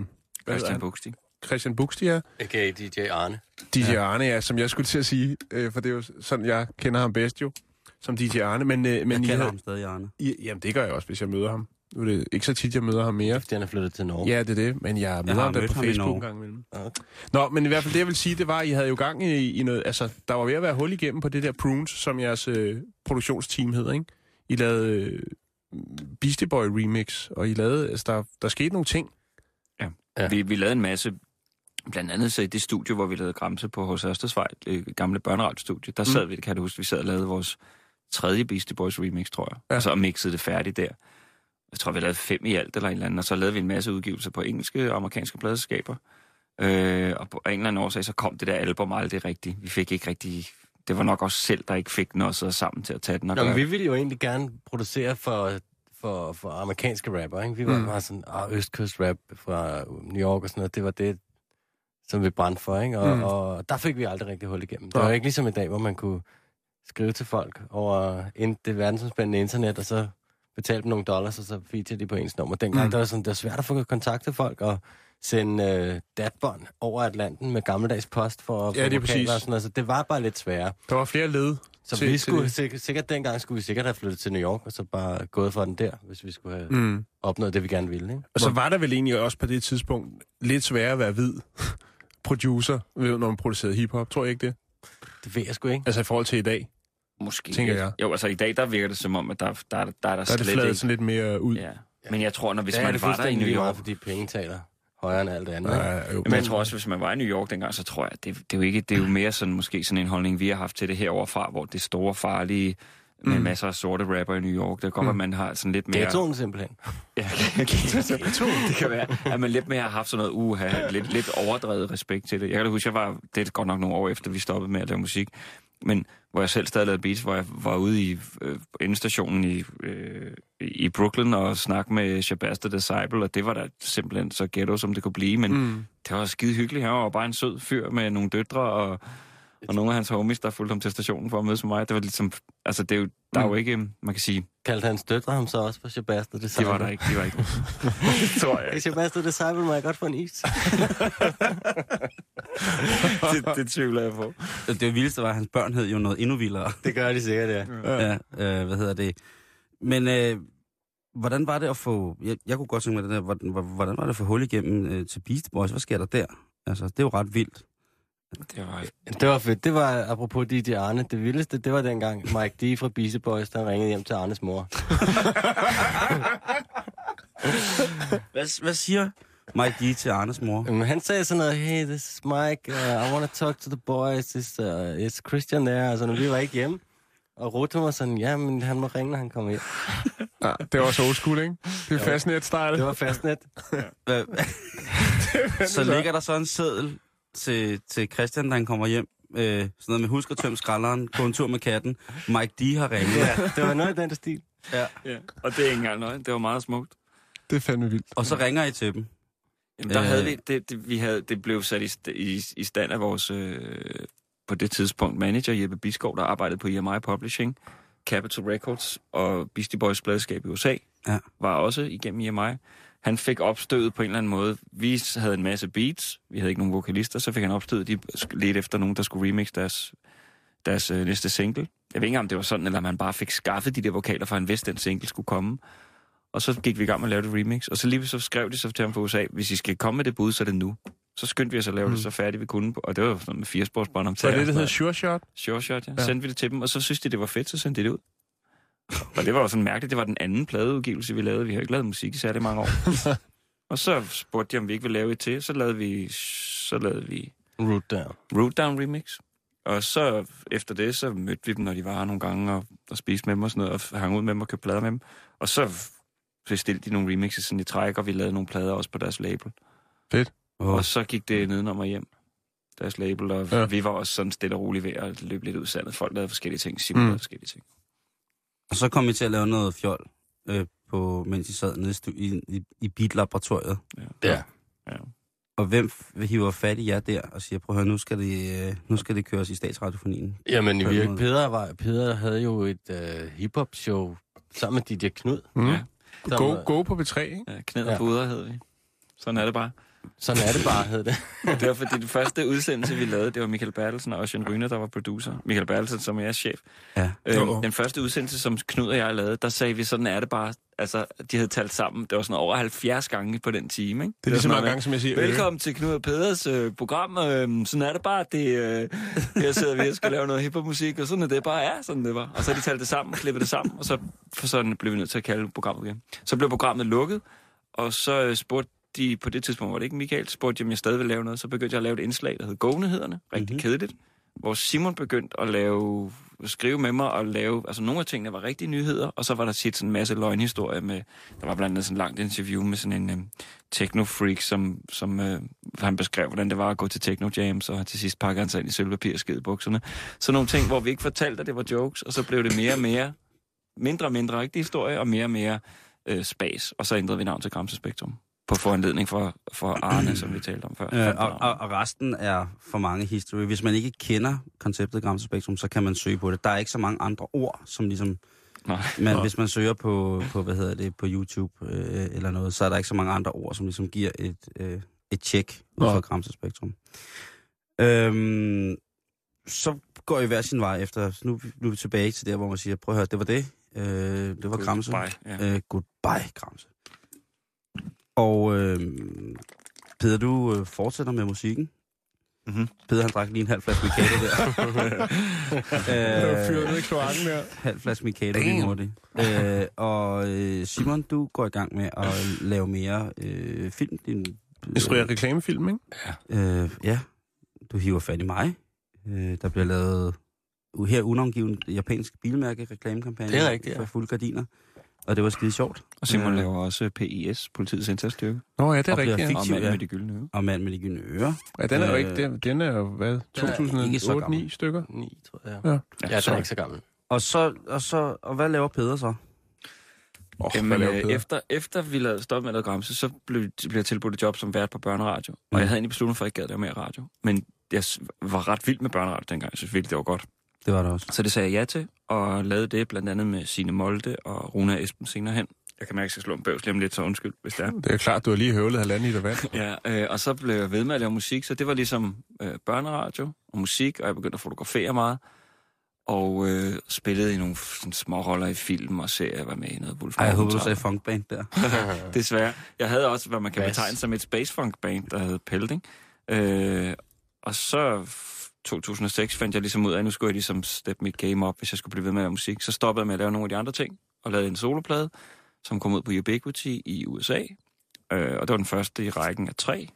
Christian Buxti, ja. A.k.a. DJ Arne. DJ Arne, ja, som jeg skulle til at sige, for det er jo sådan, jeg kender ham bedst jo, som DJ Arne. Men jeg kender ham stadig, Arne. Jamen, det gør jeg også, hvis jeg møder ham. Nu er det ikke så tit, jeg møder ham mere. Fordi han er flyttet til Norge. Ja, det er det, men jeg møder ham der på Facebook en gang imellem. Okay. Nå, men i hvert fald det, jeg vil sige, det var, at I havde jo gang i noget... Altså, der var ved at være hul igennem på det der Prunes, som jeres produktionsteam hedder, ikke? I lavede Beastie Boy remix, og I lavede... Altså, der skete nogle ting. Ja. Vi lavede en masse... Blandt andet så i det studie, hvor vi lavede Gramse på hos Ørstedsvej, det gamle børneradiostudie, der sad vi, kan du huske, vi sad og lavede vores 3. Beastie Boys remix, tror jeg. Ja. Og så mixede det færdigt der. Jeg tror, vi lavede 5 i alt eller en eller andet, og så lavede vi en masse udgivelser på engelske og amerikanske pladeselskaber. Og på en eller anden årsag, så kom det der album aldrig rigtigt. Vi fik ikke rigtig... Det var nok også selv, der ikke fik noget sammen til at tage den. Vi ville jo egentlig gerne producere for amerikanske rapper, ikke? Vi var meget sådan, østkyst rap fra New York og sådan noget. Det var det, som vi brændte for, ikke? Og der fik vi aldrig rigtig hul igennem. Det var ikke ligesom i dag, hvor man kunne skrive til folk over det verdensomspændende internet, og så betale dem nogle dollars, og så feature de på ens nummer. Dengang der var sådan, det var svært at få kontakt til folk, og sende datbånd over Atlanten med gammeldags post for det er præcis. Og sådan noget. Så det var bare lidt sværere. Der var flere led. Så vi skulle sikkert dengang skulle vi sikkert have flyttet til New York, og så bare gået for den der, hvis vi skulle have opnået det, vi gerne ville. Ikke? Og så var der vel egentlig også på det tidspunkt lidt sværere at være hvid producer, når man producerede hiphop. Tror jeg ikke det? Det ved jeg sgu ikke. Altså i forhold til i dag? Måske. Tænker jeg. Jo, altså i dag, der virker det som om, at der er det slet fladet sådan lidt mere ud. Ja. Men jeg tror, når hvis man var der i New York... fordi penge taler højere end alt andet. Men jeg tror også, hvis man var i New York dengang, så tror jeg, at det er jo mere sådan, måske sådan en holdning, vi har haft til det her overfra, hvor det store, farlige, med masser af sorte rapper i New York, det kan godt, at man har sådan lidt mere... Ghettoen simpelthen. Ja, ghettoen. Det kan være, at man lidt mere har haft sådan noget, lidt overdrevet respekt til det. Jeg kan huske, det er godt nok nogle år efter, vi stoppede med at lave musik, men hvor jeg selv stadig lavede beats, hvor jeg var ude i endestationen i Brooklyn og snakke med Shabazz the Disciple, og det var da simpelthen så ghetto, som det kunne blive, men det var skide hyggeligt. Han var bare en sød fyr med nogle døtre, og nogle af hans homies, der fulgte ham til stationen for at mødes med mig. Det var ligesom, altså det er jo, der er jo ikke, man kan sige... Kaldte hans døtre ham så også for Shabazz the Disciple? Det var der ikke, det var ikke. Tror jeg. Shabazz the Disciple, må jeg godt få en is? det tvivler jeg på. Det vildeste var, at hans børn hed jo noget endnu vildere. Det gør de sikkert, ja. Hvad hedder det? Men hvordan var det at få... Jeg kunne godt tænke mig det der. Hvordan var det at få hul igennem til Beastie Boys? Hvad sker der der? Altså, det er jo ret vildt. Det var fedt. Det var, apropos DJ Arne, det vildeste, det var dengang Mike D. fra Beastie Boys, der ringede hjem til Arnes mor. Hvad siger Mike D. til Arnes mor? Han sagde sådan noget, hey, this is Mike, I want to talk to the boys, it's Christian there, altså, vi var ikke hjemme. Og Rotum var sådan, ja, men han må ringe, når han kommer hjem. Ja, det var også old school, ikke? Det var fastnet-style. Det var fastnet. Så ligger der så en seddel til Christian, da han kommer hjem. Sådan noget med husk at tømme skralderen, gå en tur med katten. Mike D. har ringet. Ja, det var noget i den stil. Ja. Og det er ikke engang noget. Det var meget smukt. Det er fandme vildt. Og så ringer I til dem. Jamen, der havde vi, det blev sat i stand af vores, på det tidspunkt, manager Jeppe Biskov, der arbejdede på EMI Publishing, Capitol Records og Beastie Boys pladeskab i USA, var også igennem EMI. Han fik opstødet på en eller anden måde. Vi havde en masse beats, vi havde ikke nogen vokalister, så fik han opstødet, de ledte efter nogen, der skulle remix deres næste single. Jeg ved ikke, om det var sådan, eller man bare fik skaffet de der vokaler, for han vidste, at den single skulle komme. Og så gik vi i gang med at lave det remix, og så lige så skrev de så til ham fra USA, hvis I skal komme med det bud, så er det nu. Så skyndte vi os at lave det så færdigt, vi kunne. Og det var sådan med 4-sporsbånd om tager. Så det hedder Sure Shot? Sure Shot, ja. Sendte vi det til dem, og så synes de, det var fedt, så sendte de det ud. Og det var jo sådan mærkeligt, det var den anden pladeudgivelse, vi lavede. Vi har ikke lavet musik i særlig mange år. Og så spurgte de, om vi ikke ville lave et til. Så lavede vi Root Down remix. Og så efter det, så mødte vi dem, når de var her nogle gange, og spiste med dem og sådan noget, og hang ud med dem og købte plader med dem. Og så bestilte de nogle remixes sådan i træk, og vi lavede nogle plader også på deres label. Fedt. Og så gik det nedenom og hjem, deres label, og vi var også sådan stille og roligt ved at løbe lidt ud i sandet. Folk lavede forskellige ting, Simon lavede forskellige ting. Og så kom I til at lave noget fjol, mens I sad nede i Beat-laboratoriet. Ja. Og hvem hiver fat i jer der og siger, prøv at høre, nu skal det køres i Statsradiofonien? Jamen i virkeligheden, Peder havde jo et hiphop-show sammen med DJ Knud. Go på B3, ikke? Ja, Knæd og puder hed vi. Sådan er det bare. Sådan er det bare, hed det. Det var fordi det første udsendelse, vi lavede, det var Michael Bertelsen og Ocean Ryner, der var producer. Michael Bertelsen, som er jeres chef. Ja. Den første udsendelse, som Knud og jeg lavede, der sagde vi, sådan er det bare. Altså, de havde talt sammen. Det var sådan over 70 gange på den time, ikke? Det er lige så mange gange, som jeg siger. Velkommen til Knud og Peders program. Sådan er det bare. Her sidder vi og skal lave noget hiphop-musik, og sådan er det bare. Ja, sådan det var. Og så de talte det sammen, klippede det sammen, og så sådan blev vi nødt til at kalde programmet igen. Så blev programmet lukket, og så spurgte de, på det tidspunkt var det ikke Michael, spurgte om jeg stadig ville lave noget, så begyndte jeg at lave et indslag, der hed Gånehederne, rigtig kedeligt, hvor Simon begyndte at skrive med mig og lave, altså nogle af tingene var rigtige nyheder, og så var der tit sådan en masse løgnhistorier med, der var blandt andet sådan et langt interview med sådan en techno-freak, som han beskrev, hvordan det var at gå til techno-jams, og til sidst pakkede han sig ind i sølvpapir og skede bukserne. Så nogle ting, hvor vi ikke fortalte, at det var jokes, og så blev det mere og mere, mindre og mindre rigtige historie, og mere og mere spas, og så ændrede vi navn til Gramsespektrum. På foranledning for Arne, som vi talte om før. Og resten er for mange history. Hvis man ikke kender konceptet Gramsespektrum, så kan man søge på det. Der er ikke så mange andre ord, som ligesom... Men hvis man søger på på YouTube eller noget, så er der ikke så mange andre ord, som ligesom giver et tjek ud fra Gramsespektrum. Så går I hver sin vej efter... Nu er vi tilbage til der, hvor man siger, prøv at høre, det var det. Det var Gramse. Goodbye, Gramse. Og Peder, du fortsætter med musikken. Mm-hmm. Peder, han drak lige en halv flaske Mikado der. Det var fyret ned i kloakken der. Halv flaske Mikado lige hurtigt. Og Simon, du går i gang med at lave mere film. Instruere reklamefilm, ikke? Ja, du hiver fat i mig. Der bliver lavet her unavngiven japansk bilmærke reklamekampagne. Det er rigtigt, ja. For fulde gardiner. Og det var skide sjovt. Og Simon laver også PIS, Politiets Indsatsstyrke. Nå ja, det er rigtigt. Og Manden med de gyldne ører. Og Manden med de gyldne ører. Ja, den er jo ikke, den er jo, hvad, 2008-9 stykker? 9, tror jeg. Ja, ja, den er ikke så gammel. Og hvad laver Peder så? Efter vi lavede Stop med at Gramse, så blev jeg tilbudt et job som vært på børneradio. Og jeg havde egentlig besluttet for, at jeg ikke gad lave mere radio. Men jeg var ret vild med børneradio dengang. Jeg synes virkelig, det var godt. Det var det også. Så det sagde jeg ja til, og lavede det blandt andet med Signe Molde og Rune Esben senere hen. Jeg kan mærke, at jeg skal slå en bøvs lige om lidt, så undskyld, hvis det er. Det er klart, du har lige høvlet 1,5 liter vand. Ja, og så blev jeg ved med at lave musik, så det var ligesom børneradio og musik, og jeg begyndte at fotografere meget. Og spillede i nogle sådan, små roller i film og serier, var med i noget Wolfgang. Jeg håber, du sagde funkband der. Desværre. Jeg havde også, hvad man kan betegne som et space funk band, der hed Pelting. Og så 2006 fandt jeg ligesom ud af, at nu skulle jeg ligesom steppe mit game op, hvis jeg skulle blive ved med at lave musik. Så stoppede jeg med at lave nogle af de andre ting, og lavede en soloplade, som kom ud på Ubiquity i USA. Og det var den første i rækken af 3.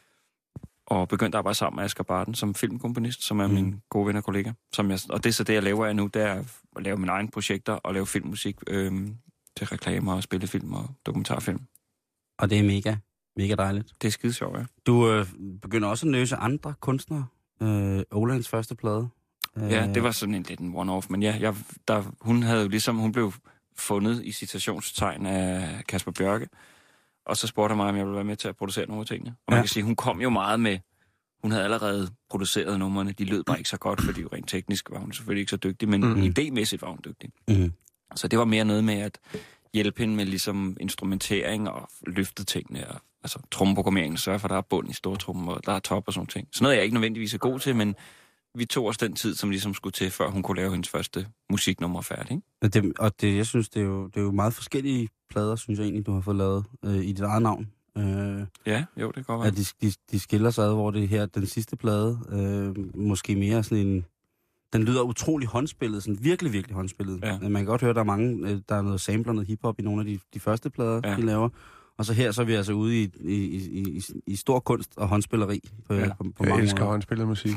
Og begyndte at arbejde sammen med Asger Barton som filmkomponist, som er min gode ven og kollega. Og det er så det, jeg laver af nu, det er at lave mine egne projekter og lave filmmusik til reklamer og spillefilm og dokumentarfilm. Og det er mega, mega dejligt. Det er skide sjovt, ja. Du begynder også at nøse andre kunstnere. Olands første plade. Ja, det var sådan en lidt en one-off, men ja, hun havde jo ligesom, hun blev fundet i citationstegn af Kasper Bjørke, og så spurgte mig, om jeg ville være med til at producere nogle af tingene. Og man kan sige, hun kom jo meget med, hun havde allerede produceret numrene, de lød bare ikke så godt, fordi rent teknisk var hun selvfølgelig ikke så dygtig, men idémæssigt var hun dygtig. Så det var mere noget med at hjælpe hende med ligesom instrumentering og løfte tingene, og altså trommeprogrammering, sørge for, at der er bund i stortrummen, og der er top og sådan ting. Så noget, jeg ikke nødvendigvis er god til, men vi tog os den tid, som ligesom skulle til, før hun kunne lave hendes første musiknummer færdig. Jeg synes, det er jo meget forskellige plader, synes jeg egentlig, du har fået lavet i dit eget navn. Ja, jo, det kan godt være. De skiller sig ad, hvor det her, den sidste plade, måske mere sådan en... Den lyder utrolig håndspillet, sådan virkelig, virkelig håndspillet. Ja. Man kan godt høre, der er mange, der er noget sampler, noget hiphop i nogle af de første plader, de laver. Og så her, så er vi altså ude i stor kunst og håndspilleri på mange måder. Jeg elsker håndspillet musik.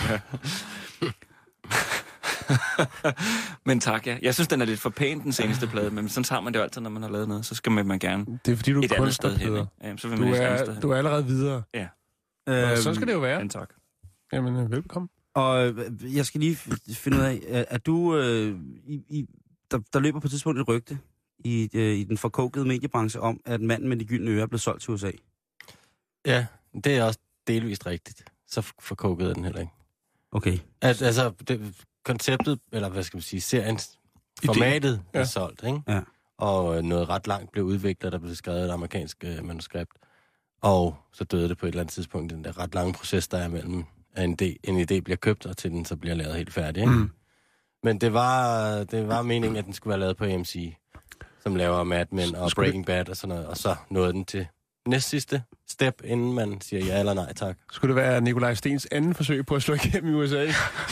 Men tak, ja. Jeg synes, den er lidt for pæn, den seneste plade, men sådan tager man det jo altid, når man har lavet noget. Så skal man gerne det er, fordi du et andet sted hen. Ja, så vil man du er allerede videre. Ja. Så skal det jo være. Ja, tak. Jamen, velkommen. Og jeg skal lige finde ud af, at du... der løber på et tidspunkt et rygte i den forkogede mediebranche om, at manden med de gyldne ører blev solgt til USA. Ja, det er også delvist rigtigt. Så forkogede den heller ikke. Okay. Altså, konceptet, eller hvad skal man sige, seriens formatet er solgt, ikke? Ja. Og noget ret langt blev udviklet, der blev skrevet et amerikansk manuskript. Og så døde det på et eller andet tidspunkt, den der ret lange proces, der er mellem, at en idé bliver købt, og til den så bliver lavet helt færdig, ikke? Men det var meningen, at den skulle være lavet på AMC, som laver Mad Men og Breaking Bad og sådan noget, og så nåede den til næst sidste step, inden man siger ja eller nej tak. Skulle det være Nikolaj Stens anden forsøg på at slå igennem i USA?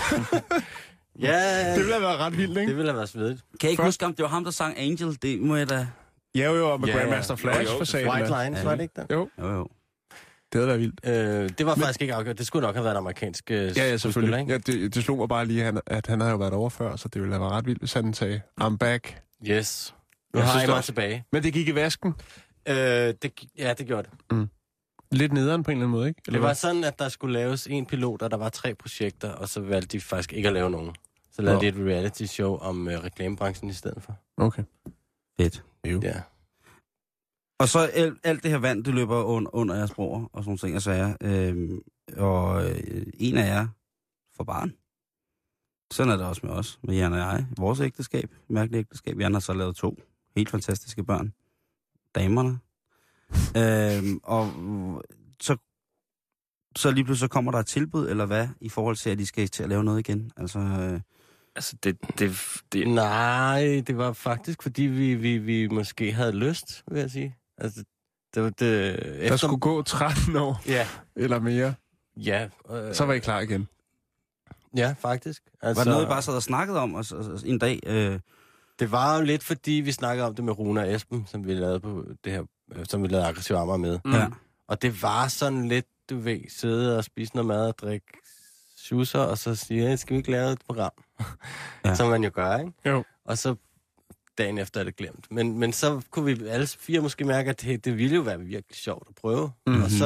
Ja, det ville have været ret vildt, ikke? Det ville have været svedigt. Kan jeg ikke huske, om det var ham, der sang Angel? Det må jeg da... Jo, med Grandmaster Flash for sagen. White Lines, var det ikke der? Jo. Det havde været vildt. Det var faktisk ikke afgjort. Det skulle nok have været en amerikansk ja, selvfølgelig. Ja, det slog mig bare lige, at han har jo været over før, så det ville have været ret vildt, hvis han sagde, I'm back. Yes. Nu har jeg mig tilbage. Men det gik i vasken? Det gjorde det. Lidt nederen på en eller anden måde, ikke? Eller det var sådan, at der skulle laves en pilot, og der var 3 projekter, og så valgte de faktisk ikke at lave nogen. Så lavede de et reality show om reklamebranchen i stedet for. Okay. Fedt. Ja. Og så alt det her vand, det løber under jeres broer og sådan nogle ting, og sager. En af jer får barn. Sådan er det også med os, med Jan og jeg. Vores ægteskab, mærkeligt ægteskab. Jan har så lavet 2 helt fantastiske børn. Damerne. Og så lige pludselig kommer der et tilbud, eller hvad, i forhold til, at de skal til at lave noget igen? Altså, Nej, det var faktisk, fordi vi måske havde lyst, vil jeg sige. Altså, der skulle gå 13 år, eller mere. Ja. Så var I klar igen. Ja, faktisk. Altså, var det noget, I bare sad og snakkede om en dag? Det var jo lidt, fordi vi snakkede om det med Rune og Esben, som vi lavede på det her, som vi lavede Aggressiv Amager med. Ja. Og det var sådan lidt, du ved, sidde og spise noget mad og drikke schusser, og så sige, skal vi ikke lave et program? Ja. Som man jo gør, ikke? Jo. Og så dagen efter er det glemt. Men så kunne vi alle 4 måske mærke, at det ville jo være virkelig sjovt at prøve. Mm-hmm. Og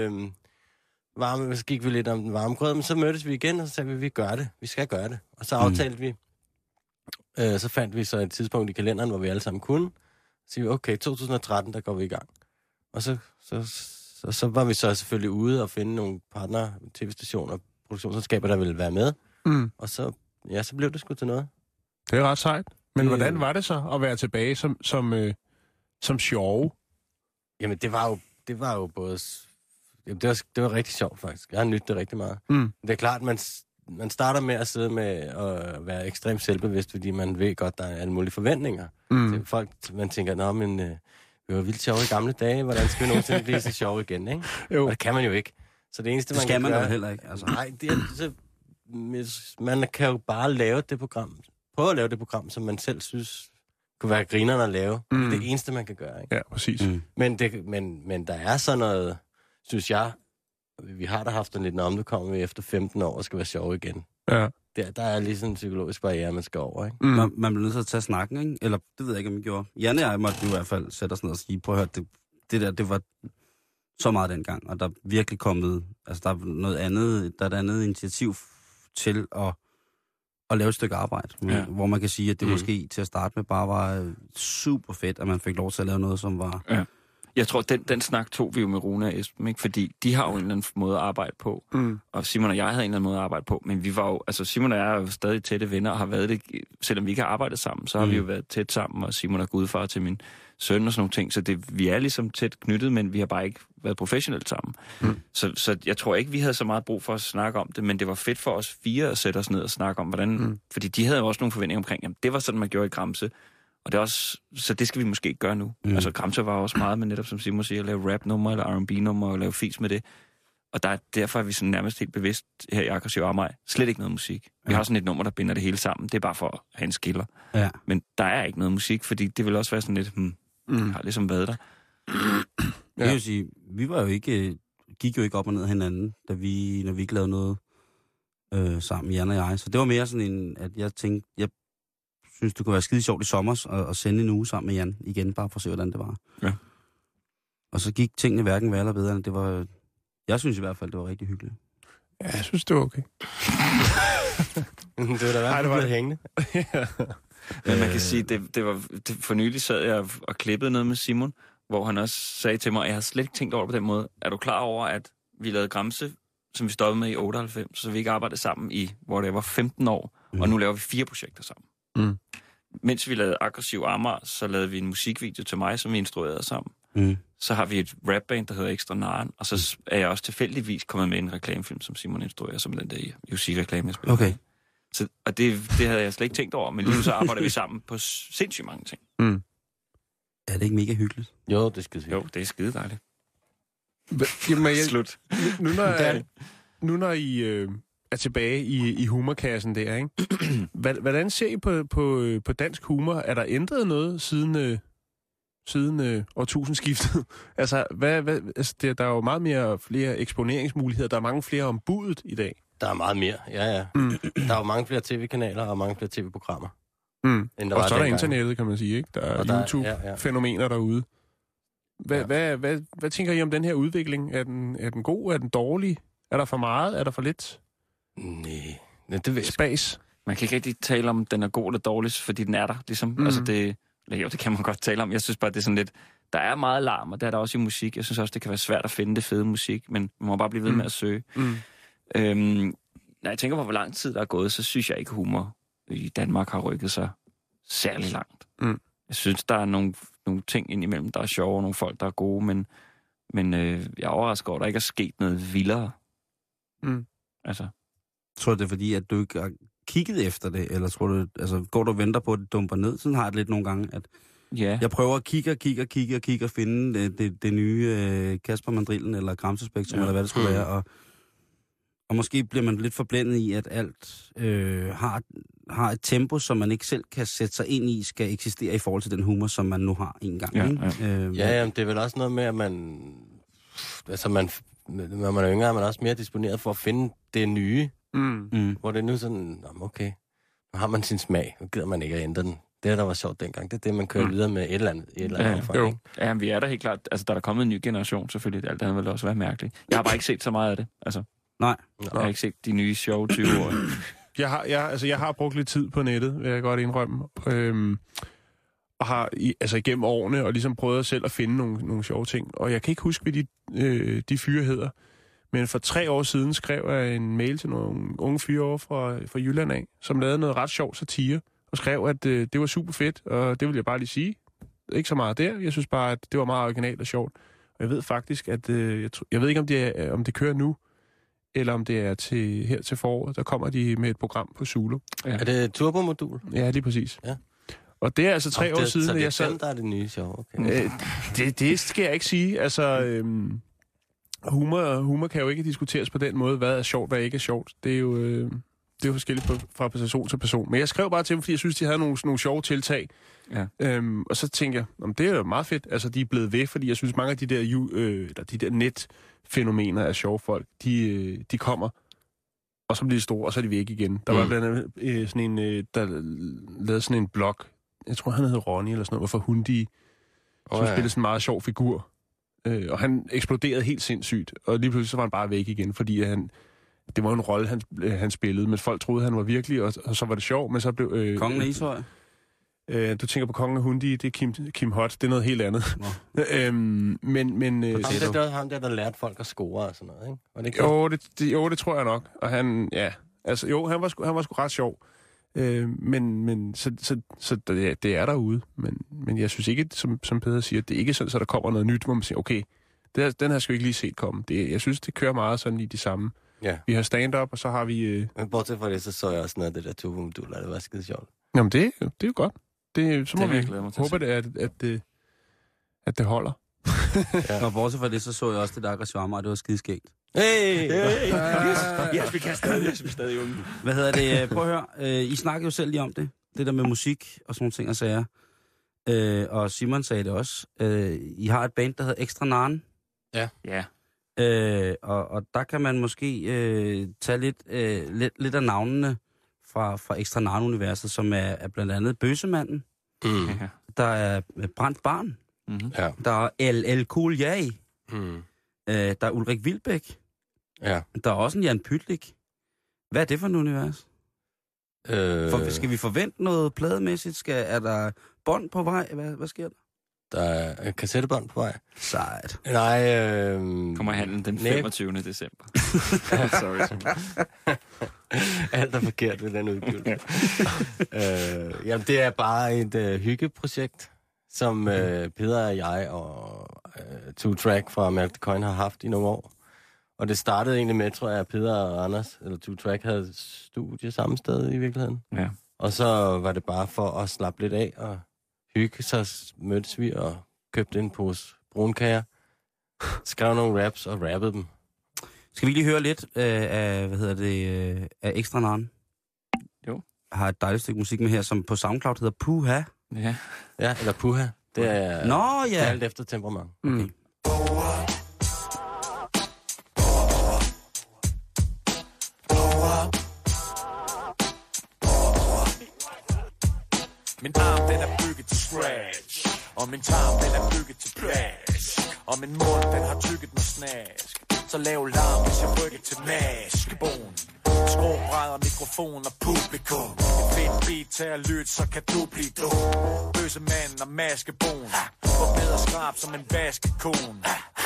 så gik vi lidt om den varme grød, men så mødtes vi igen, og så sagde vi gør det. Vi skal gøre det. Og så aftalte vi, så fandt vi så et tidspunkt i kalenderen, hvor vi alle sammen kunne. Så siger vi, okay, 2013, der går vi i gang. Og så var vi så selvfølgelig ude og finde nogle partner, tv-stationer, produktionsselskaber, der ville være med. Mm. Og så blev det sgu til noget. Det er ret sejt. Men hvordan var det så at være tilbage som sjove? Jamen, det var jo både... Jamen, det var rigtig sjovt, faktisk. Jeg har nydt det rigtig meget. Mm. Det er klart, man starter med at sidde med at være ekstremt selvbevidst, fordi man ved godt, der er alle mulige forventninger. Til folk, man tænker, men vi var vildt sjove i gamle dage, hvordan skal vi nogensinde blive så sjove igen, ikke? Jo. Og det kan man jo ikke. Så det eneste, det skal man jo heller ikke. Altså. Nej, man kan jo bare lave det program. Prøve at lave det program, som man selv synes kunne være grinerne at lave. Det er det eneste, man kan gøre, ikke? Ja, præcis. Men der er sådan noget, synes jeg, vi har da haft en lidt om, det kommer vi efter 15 år og skal være sjove igen. Ja. Der er lige sådan en psykologisk barriere, man skal over, ikke? Man bliver nødt til at tage snakken, ikke? Eller, det ved jeg ikke, om I gjorde. Janne og jeg måtte i hvert fald sætte os ned og sige, prøv at høre, det var så meget dengang, og der er virkelig kommet, altså der er noget andet, der er et andet initiativ til at lave et stykke arbejde, hvor man kan sige, at det måske til at starte med bare var super fedt, at man fik lov til at lave noget, som var... Ja. Jeg tror, den snak tog vi jo med Rune og Esben, ikke? Fordi de har jo en eller anden måde at arbejde på, og Simon og jeg havde en eller anden måde at arbejde på, men vi var jo, altså Simon og jeg er jo stadig tætte venner, og har været det, selvom vi ikke har arbejdet sammen, så har vi jo været tæt sammen, og Simon er gudfar til min søn og sådan nogle ting, så vi er ligesom tæt knyttet, men vi har bare ikke været professionelt sammen. Så jeg tror ikke, vi havde så meget brug for at snakke om det, men det var fedt for os 4 at sætte os ned og snakke om, hvordan, fordi de havde jo også nogle forventninger omkring, jamen det var sådan, man gjorde i Gramse. Og det er også, så det skal vi måske ikke gøre nu. Altså Gramse var også meget med netop, som Simon siger, at lave rap-nummer eller R&B-nummer og lave fis med det. Og derfor er vi sådan nærmest helt bevidst her i Aggressiv Amager. Slet ikke noget musik. Vi har sådan et nummer, der binder det hele sammen. Det er bare for at have en skiller. Ja. Men der er ikke noget musik, fordi det vil også være sådan lidt, har ligesom været der. Jeg vil sige, vi var jo ikke, gik jo ikke op og ned af hinanden, når vi ikke lavede noget sammen, Jan og jeg. Så det var mere sådan en, at jeg tænkte, jeg synes, det kunne være skide sjovt i sommer at sende en uge sammen med Jan igen, bare for at se, hvordan det var. Ja. Og så gik tingene hverken værre eller bedre, end det var... Jeg synes i hvert fald, det var rigtig hyggeligt. Ja, jeg synes, det var okay. Det var da i hvert fald hængende. Men man kan sige, for nylig sad jeg og klippede noget med Simon, hvor han også sagde til mig, at jeg har slet ikke tænkt over på den måde. Er du klar over, at vi lavede Gramse, som vi stoppede med i 98, så vi ikke arbejdede sammen i, hvor det var 15 år, og nu laver vi 4 projekter sammen. Mm. Mens vi lavede Aggressiv Amager, så lavede vi en musikvideo til mig, som vi instruerede sammen. Mm. Så har vi et rapband, der hedder Ekstra Naren, og så er jeg også tilfældigvis kommet med en reklamefilm, som Simon instruerer, som den der UC-reklame, jeg spiller. Okay. Så, og det havde jeg slet ikke tænkt over, men lige nu så arbejder vi sammen på sindssygt mange ting. Mm. Er det ikke mega hyggeligt? Jo, det er skide hyggeligt. Jo, det er skide dejligt. Jamen, Slut. Nu når I er tilbage i humorkassen der, ikke? Hvordan ser I på dansk humor? Er der ændret noget siden årtusindskiftet? Altså, der er jo meget flere eksponeringsmuligheder. Der er mange flere om budet i dag. Der er meget mere, ja. Der er jo mange flere tv-kanaler og mange flere tv-programmer. Og så er der internettet, kan man sige, ikke? Der er YouTube-fænomener derude. Hvad tænker I om den her udvikling? Er den god? Er den dårlig? Er der for meget? Er der for lidt? Nej, det ved Space. Man kan ikke rigtig tale om, den er god eller dårlig, fordi den er der, ligesom. Altså det kan man godt tale om. Jeg synes bare, det er sådan lidt... Der er meget larm, og der er der også i musik. Jeg synes også, det kan være svært at finde det fede musik, men man må bare blive ved med at søge. Når jeg tænker på, hvor lang tid der er gået, så synes jeg ikke, humor i Danmark har rykket sig særlig langt. Jeg synes, der er nogle ting indimellem, der er sjove, og nogle folk, der er gode, men jeg er overrasket over, at der ikke er sket noget vildere. Altså. Tror du, det er fordi, at du ikke har kigget efter det, eller tror du, altså, går du og venter på, at det dumper ned? Sådan har jeg det lidt nogle gange, at jeg prøver at kigge og finde det nye Kasper Mandrillen, eller Gramsespektrum, eller hvad det skulle være, og måske bliver man lidt forblændet i, at alt har et tempo, som man ikke selv kan sætte sig ind i, skal eksistere i forhold til den humor, som man nu har en gang. Ja, det er vel også noget med, at man... Altså, når man er yngre, er man også mere disponeret for at finde det nye. Hvor det er nu sådan, okay, nu har man sin smag, nu gider man ikke at ændre den. Det, der var sjovt dengang, det er det, man kører videre med et eller andet omfang, ikke? Ja, vi er der helt klart. Altså, der er kommet en ny generation, selvfølgelig. Alt andet vil også være mærkeligt. Jeg har bare ikke set så meget af det. Altså, nej. Jeg har ikke set de nye sjove 20 år. Jeg har brugt lidt tid på nettet, vil jeg godt indrømme. Og har igennem årene og ligesom prøvet selv at finde nogle sjove ting. Og jeg kan ikke huske, hvad de fyre hedder. Men for 3 år siden skrev jeg en mail til nogle unge fyre over fra Jylland af, som lavede noget ret sjov satire, og skrev, at det var super fedt, og det vil jeg bare lige sige. Ikke så meget der. Jeg synes bare, at det var meget originalt og sjovt. Og jeg ved faktisk, at jeg ved ikke, om det kører nu, eller om det er her til foråret. Der kommer de med et program på Zulu. Ja. Er det turbomodul? Ja, lige præcis. Ja. Og det er altså 3 år siden, så jeg sad... der er det nye sjov, okay. Det skal jeg ikke sige. Altså, humor kan jo ikke diskuteres på den måde, hvad er sjovt, hvad ikke er sjovt. Det er jo forskelligt fra person til person. Men jeg skrev bare til dem, fordi jeg synes, de havde nogle sjove tiltag. Ja. Og så tænker jeg, det er jo meget fedt. Altså, de er blevet ved, fordi jeg synes, mange af de der netfænomener af sjove folk, de kommer, og så bliver de store, og så er de væk igen. Der var blandt andet sådan en, der lavede sådan en blog, jeg tror, han hed Ronny eller sådan noget, hvorfor Hundi, som spillede sådan en meget sjov figur. Og han eksploderede helt sindssygt, og lige pludselig så var han bare væk igen, fordi det var en rolle, han spillede, men folk troede, han var virkelig, og så var det sjovt, men så blev... Kongen af Ishøj? Du tænker på Kongen af Hundi, det er Kim Hot, det er noget helt andet. Men det var ham der lærte folk at score og sådan noget, ikke? Var det ikke det tror jeg nok. Og han var sgu ret sjov. Så det er derude. Men jeg synes ikke, som Peder siger, det er ikke sådan, så der kommer noget nyt, hvor man siger, okay, den her skal vi ikke lige set komme. Jeg synes, det kører meget sådan i de samme. Ja. Vi har stand-up, og så har vi... Men bortset fra det, så jeg også noget af det der turbomodul, og det var skide sjovt. Jamen, det er jo godt. Så må vi håbe, at det holder. Og bortset fra det, så jeg også det der Aggressiv Amager, og det var skideskægt. Hey! Yes, vi kan stadig unge. Hvad hedder det? Prøv at høre. I snakker jo selv lige om det. Det der med musik og sådan nogle ting og sager. Og Simon sagde det også. I har et band, der hedder Ekstra Naren. Ja. Og der kan man måske tage lidt af navnene fra Ekstra Naren-universet, som er blandt andet Bøsemanden. Der er Brændt Barn. Ja. Der er LL Cool J. Der er Ulrik Wilbæk. Ja. Der er også en Jan Pytlik. Hvad er det for en univers? Skal vi forvente noget plademæssigt? Er der bånd på vej? Hvad sker der? Der er kassettebånd på vej. Sejt. Nej, Kommer handlen den 25. december. Sorry. Alt er forkert ved den udgivelse. Jamen, det er bare et hyggeprojekt, som Peder og jeg og Two Track fra Mærke Coin har haft i nogle år. Og det startede egentlig med, tror jeg, at Peder og Anders, eller Two Track, havde studie samme sted i virkeligheden. Ja. Og så var det bare for at slappe lidt af og hygge, så mødtes vi og købte en pose brunkager, skrev nogle raps og rappede dem. Skal vi lige høre lidt af, af Ekstra Naren? Jo. Jeg har et dejligt stykke musik med her, som på SoundCloud hedder Puha. Ja. Ja, eller Puha. Det er Nå, ja. alt efter temperament. Okay. Min arm, den er bygget til scratch. Og min tarm, den er bygget til plads. Og min mund, den har tykket med snask. Så lav larm, hvis jeg rykker til maskebon. Skråbrædder, mikrofon og publikum. Et fedt beat til at lytte, så kan du blive dum. Bøssemanden og maskebon. Få bedre skrab som en vaskekone.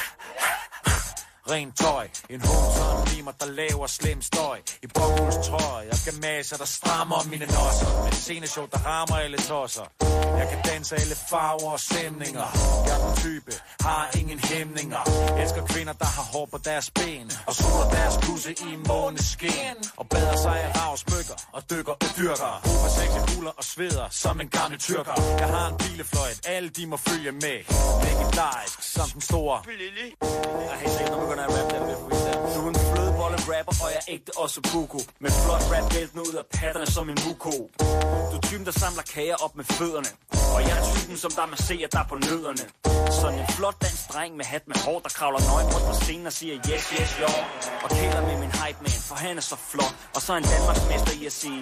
Ren tøj, en hovedtøj limer, der laver slem støj. I bomuldstrøj, jeg kan maser, der strammer mine nosser. Med sceneshow, der rammer alle tosser. Jeg kan danse alle farver og stemninger. Jeg er den type, har ingen hæmninger. Elsker kvinder, der har hår på deres ben. Og suger deres kusse i måneskin. Og bader sig i ravsmykker og dykker og dyrker. Råber sexy huler og sveder som en gammel tyrker. Jeg har en pilefløjt, alle de må følge med. Legendarisk som den store. Jeg er helt sikkert, når vi går ned og rap der med freestyle. Du er en flødebolle rapper, og jeg er ægte også buko. Med flot rap vælten ud af patterne som en muko. Du er typen, der samler kager op med fødderne. Og jeg er typen, som der masserer dig på nødderne. Sådan en flot dansk dreng med hat med hår, der kravler nøgen rundt på scenen og siger yes, yes, jo. Og kæler med min hype man, for han er så flot. Og så en Danmarksmester i at sige...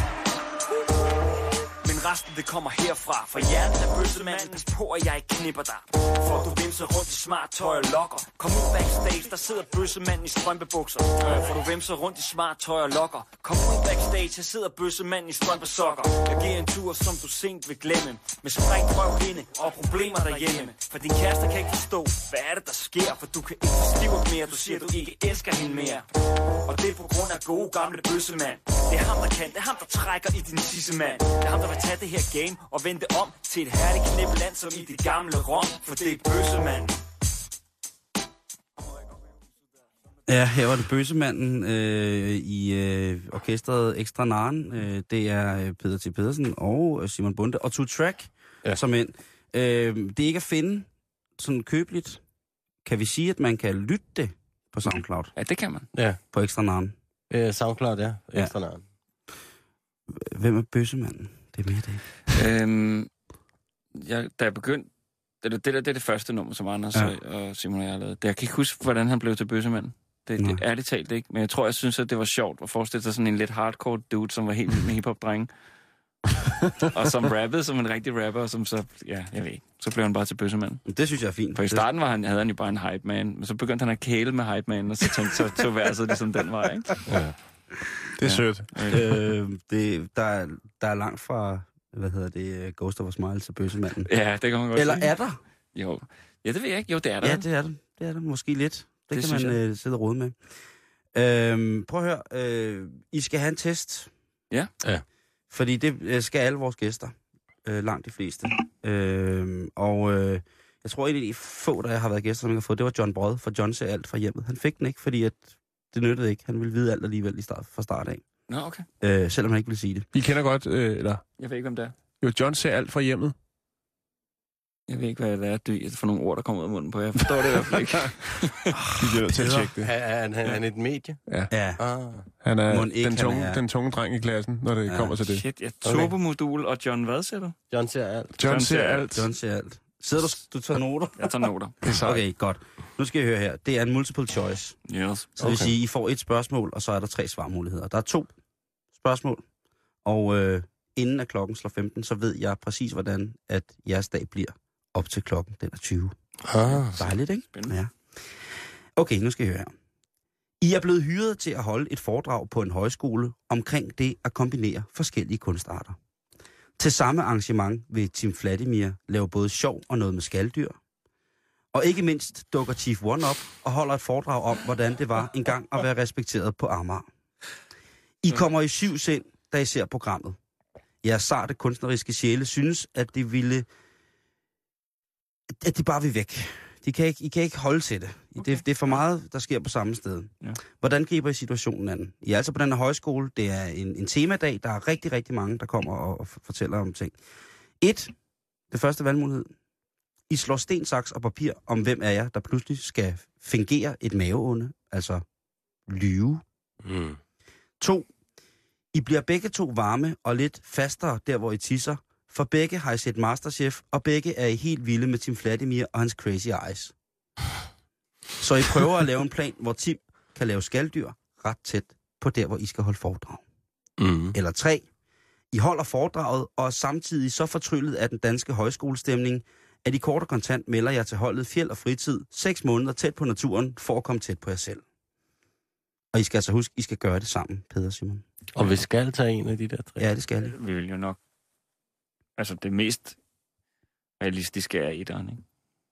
Resten det kommer herfra. For hjernen er bøssemandens på, at jeg ikke knipper dig. For du vimser rundt i smart tøj og lokker. Kom ud backstage, der sidder bøssemanden i strømpebukser. For du vimser rundt i smart tøj og lokker. Kom ud backstage, her sidder bøssemanden i strømpesokker. Jeg giver en tur, som du sent vil glemme. Med sprængt røv hende og problemer derhjemme. For din kæreste kan ikke forstå, hvad er det der sker. For du kan ikke forstå mere, du siger du ikke elsker hende mere. Og det er på grund af gode gamle bøssemand. Det er ham der kan, det er ham der trækker i din tissemand. Det er ham der vil tage det her game og vende om til et herligt knippeland som i det gamle Rom, for det er bøssemanden. Ja, her var det bøssemanden i orkestret Ekstra Naren. Det er Peder T. Pedersen og Simon Bonde og Two Track som ind. Det er ikke at finde sådan købeligt. Kan vi sige, at man kan lytte det på SoundCloud? Ja, det kan man. Ja. På Ekstra Naren? SoundCloud, ja. Ekstra Naren. Hvem er bøssemanden? Det er mere det. Da jeg begyndte... Det er det første nummer, som Anders og Simon og jeg har lavet. Jeg kan ikke huske, hvordan han blev til bøssemanden. Det er ærligt talt ikke. Men jeg tror, jeg synes, at det var sjovt at forestille sig sådan en lidt hardcore dude, som var helt vild med hiphop-drenge. Og som rappede som en rigtig rapper, som så... Ja, jeg ved ikke. Så blev han bare til bøssemanden. Det synes jeg er fint. For i starten havde han jo bare en hype man, men så begyndte han at kæle med hype man, og så tænkte så tog værset ligesom den vej, ikke? Ja. Det er sødt. Der er langt fra, Ghost of a Smile til bøssemanden. Ja, det kan man godt Eller sige. er der? Jo. Ja, det ved jeg ikke. Jo, det er der. Ja, det er der. Det er der måske lidt. Det kan man sidde og rode med. Prøv at høre. I skal have en test. Ja. Fordi det skal alle vores gæster. Langt de fleste. Jeg tror, en af de få, der har været gæster, som jeg har fået, det var John Brød, for John ser alt fra hjemmet. Han fik den ikke, fordi at det nyttede ikke. Han ville vide alt alligevel fra start af. Nå, okay. Selvom han ikke ville sige det. I kender godt, eller? Jeg ved ikke, hvem det er. Jo, John ser alt fra hjemmet. Jeg ved ikke, hvad det er for nogle ord, der kommer ud af munden på. Jeg forstår det i hvert fald ikke. Vi bliver nødt til at tjekke det. Er han et medie? Ja. Han er den tunge dreng i klassen, når det kommer til det. Shit, turbomodul og John, hvad siger du? John ser alt. John ser alt. John ser alt. Sidder du tager noter? Jeg tager noter. Okay, godt. Nu skal I høre her. Det er en multiple choice. Yes. Så det vil sige, I får et spørgsmål, og så er der 3 svarmuligheder. Der er 2 spørgsmål, og inden at klokken slår 15, så ved jeg præcis, hvordan at jeres dag bliver op til klokken. Den er 20. Dejligt, ikke? Spændende. Ja. Okay, nu skal I høre her. I er blevet hyret til at holde et foredrag på en højskole omkring det at kombinere forskellige kunstarter. Til samme arrangement vil Tim Vladimir lave både sjov og noget med skaldyr. Og ikke mindst dukker Chief One op og holder et foredrag om, hvordan det var engang at være respekteret på Amager. I kommer i 7 sind, da I ser programmet. Jeres sarte kunstneriske sjæle synes, at de bare vil væk. I kan ikke holde til det. Okay. Det er for meget, der sker på samme sted. Ja. Hvordan griber I situationen an? I er altså på den her højskole. Det er en temadag. Der er rigtig, rigtig mange, der kommer og fortæller om ting. Det første valgmulighed. I slår sten, saks og papir om, hvem er jeg, der pludselig skal fingere et maveonde, altså lyve. 2. I bliver begge to varme og lidt fastere der, hvor I tisser, for begge har I set Masterchef, og begge er I helt vilde med Tim Vladimir og hans crazy eyes. Så I prøver at lave en plan, hvor Tim kan lave skaldyr ret tæt på der, hvor I skal holde foredrag. Eller 3. I holder foredraget, og er samtidig så fortryllet af den danske højskolestemning, at I kort og kontant melder jer til holdet fjeld og fritid 6 måneder tæt på naturen, for at komme tæt på jer selv. Og I skal altså huske, I skal gøre det sammen, Peder og Simon. Og vi skal tage en af de der 3. Ja, det skal vi vil jo nok. Altså, det mest realistiske er 1'eren, ikke?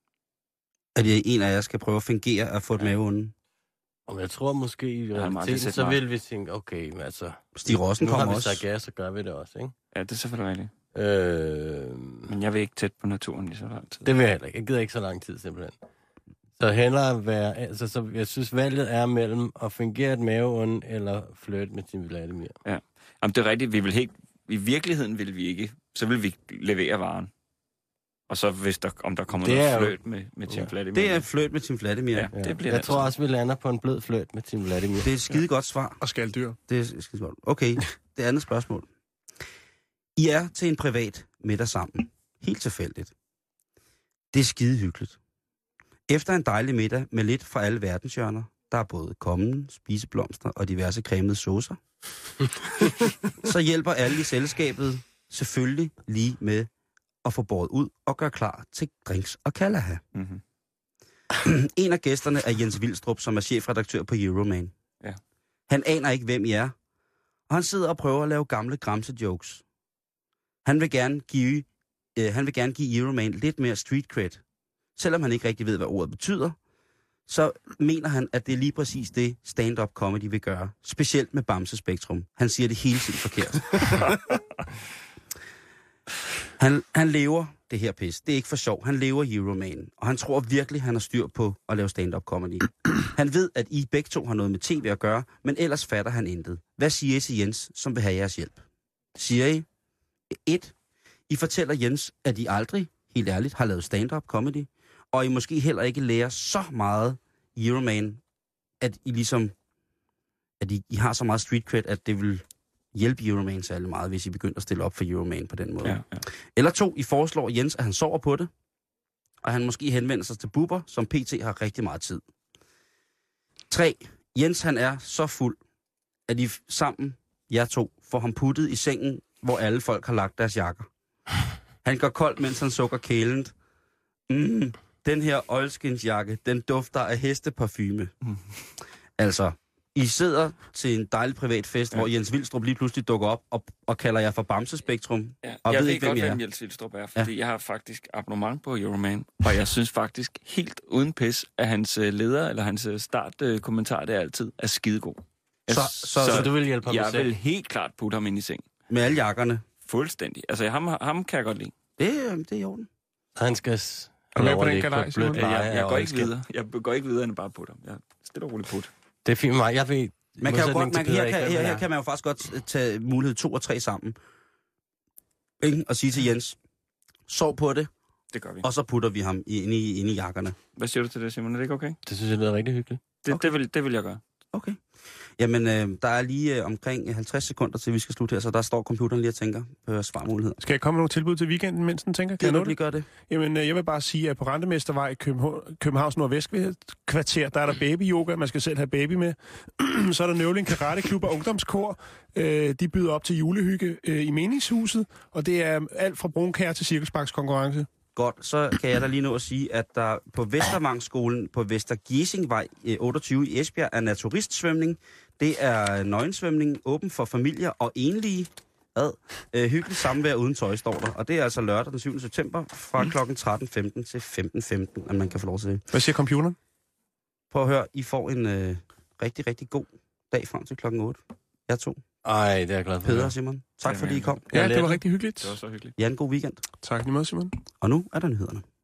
At en af jer skal prøve at fingere at få et maveonde. Og jeg tror måske i realiteten, så vil vi tænke, okay, men altså... Stig Rossen kommer også. Nu har vi sagt ja, så gør vi det også, ikke? Ja, det er selvfølgelig rigtigt. Men jeg vil ikke tæt på naturen i så lang tid. Det vil jeg heller ikke. Jeg gider ikke så lang tid, simpelthen. Så hellere være... Altså, så jeg synes, valget er mellem at fingere et maveonde eller flirte med Tim Vladimir. Ja. Jamen, det er rigtigt. Vi vil ikke... I virkeligheden vil vi ikke... Så vil vi levere varen. Og så hvis om der kommer noget fløjt med Tim Vladimir. Det er fløjt med Tim Vladimir. Ja, det bliver jeg tror også, vi lander på en blød fløjt med Tim Vladimir. Det er et skide godt svar. Og skaldyr. Det er skide godt. Okay, det andet spørgsmål. I er til en privat middag sammen. Helt tilfældigt. Det er skide hyggeligt. Efter en dejlig middag med lidt fra alle verdenshjørner, der er både kommen, spiseblomster og diverse cremede saucer, så hjælper alle i selskabet selvfølgelig lige med at få båret ud og gøre klar til drinks og kalaha. Mm-hmm. En af gæsterne er Jens Vilstrup, som er chefredaktør på Euroman. Ja. Han aner ikke, hvem I er, og han sidder og prøver at lave gamle gramse-jokes. Han vil gerne give Euroman lidt mere street cred. Selvom han ikke rigtig ved, hvad ordet betyder, så mener han, at det er lige præcis det, stand-up comedy vil gøre. Specielt med Bamse Spektrum. Han siger det hele tiden forkert. Han lever det her pis. Det er ikke for sjov. Han lever Euroman. Og han tror virkelig, han har styr på at lave stand-up comedy. Han ved, at I begge to har noget med tv at gøre, men ellers fatter han intet. Hvad siger I til Jens, som vil have jeres hjælp? Siger I? 1. I fortæller Jens, at I aldrig, helt ærligt, har lavet stand-up comedy, og I måske heller ikke lærer så meget Euroman, at I ligesom, at I har så meget street cred, at det vil hjælpe Euroman særlig meget, hvis I begynder at stille op for Euroman på den måde. Ja, ja. Eller 2, I foreslår Jens, at han sover på det, og han måske henvender sig til Bubber, som pt. Har rigtig meget tid. 3. Jens, han er så fuld, at I sammen, jer 2, får ham puttet i sengen, hvor alle folk har lagt deres jakker. Han går koldt, mens han sukker kælent. Den her oilskinsjakke, den dufter af hesteparfume. Altså, I sidder til en dejlig privat fest, hvor Jens Vilstrup lige pludselig dukker op og kalder jer for Bamse Spektrum. Ja, og jeg ved ikke, hvem Jens Vilstrup er, fordi jeg har faktisk abonnement på Euroman, og jeg synes faktisk helt uden pis, at hans leder eller hans startkommentar det altid er skidegod. Så du vil hjælpe ham? Jeg vil helt klart putte ham ind i seng. Med alle jakkerne? Fuldstændig. Altså, ham kan jeg godt lide. Det er i orden. Han skal... Jeg går ikke videre. Jeg går ikke videre end bare putte ham. Jeg stiller roligt put. Det er fint med mig. Jeg ved... Her kan man jo faktisk godt tage mulighed 2 og 3 sammen. Og sige til Jens, sov på det. Det gør vi. Og så putter vi ham inde i jakkerne. Hvad siger du til det, Simon? Er det ikke okay? Det synes jeg lyder rigtig hyggeligt. Det vil jeg gøre. Okay. Jamen, der er lige omkring 50 sekunder til, vi skal slutte her, så der står computeren lige og tænker på svarmuligheder. Skal jeg komme med nogle tilbud til weekenden, mens den tænker? Kan du lige gøre det? Jamen, jeg vil bare sige, at på Rentemestervej i Københavns Nordvestkvarter, der er der baby-yoga, man skal selv have baby med. Så er der Nøvling Karate-klub og ungdomskor. De byder op til julehygge i meningshuset, og det er alt fra brunkager til cirkelsparkskonkurrence. Godt, så kan jeg da lige nå at sige, at der på Vestervangsskolen på Vestergiesingvej 28 i Esbjerg er naturistsvømning. Det er nøgensvømning, åben for familier og enlige. Hyggeligt samvær uden tøj, står der. Og det er altså lørdag den 7. september fra kl. 13.15 til 15.15, at man kan få lov til det. Hvad siger computeren? Prøv at høre, I får en rigtig, rigtig god dag frem til klokken 8. Jeg to. Ej, det er jeg glad for. Peder og Simon, tak fordi I kom. Ja, det var rigtig hyggeligt. Det var så hyggeligt. Ja, en god weekend. Tak lige meget, Simon. Og nu er der nyhederne.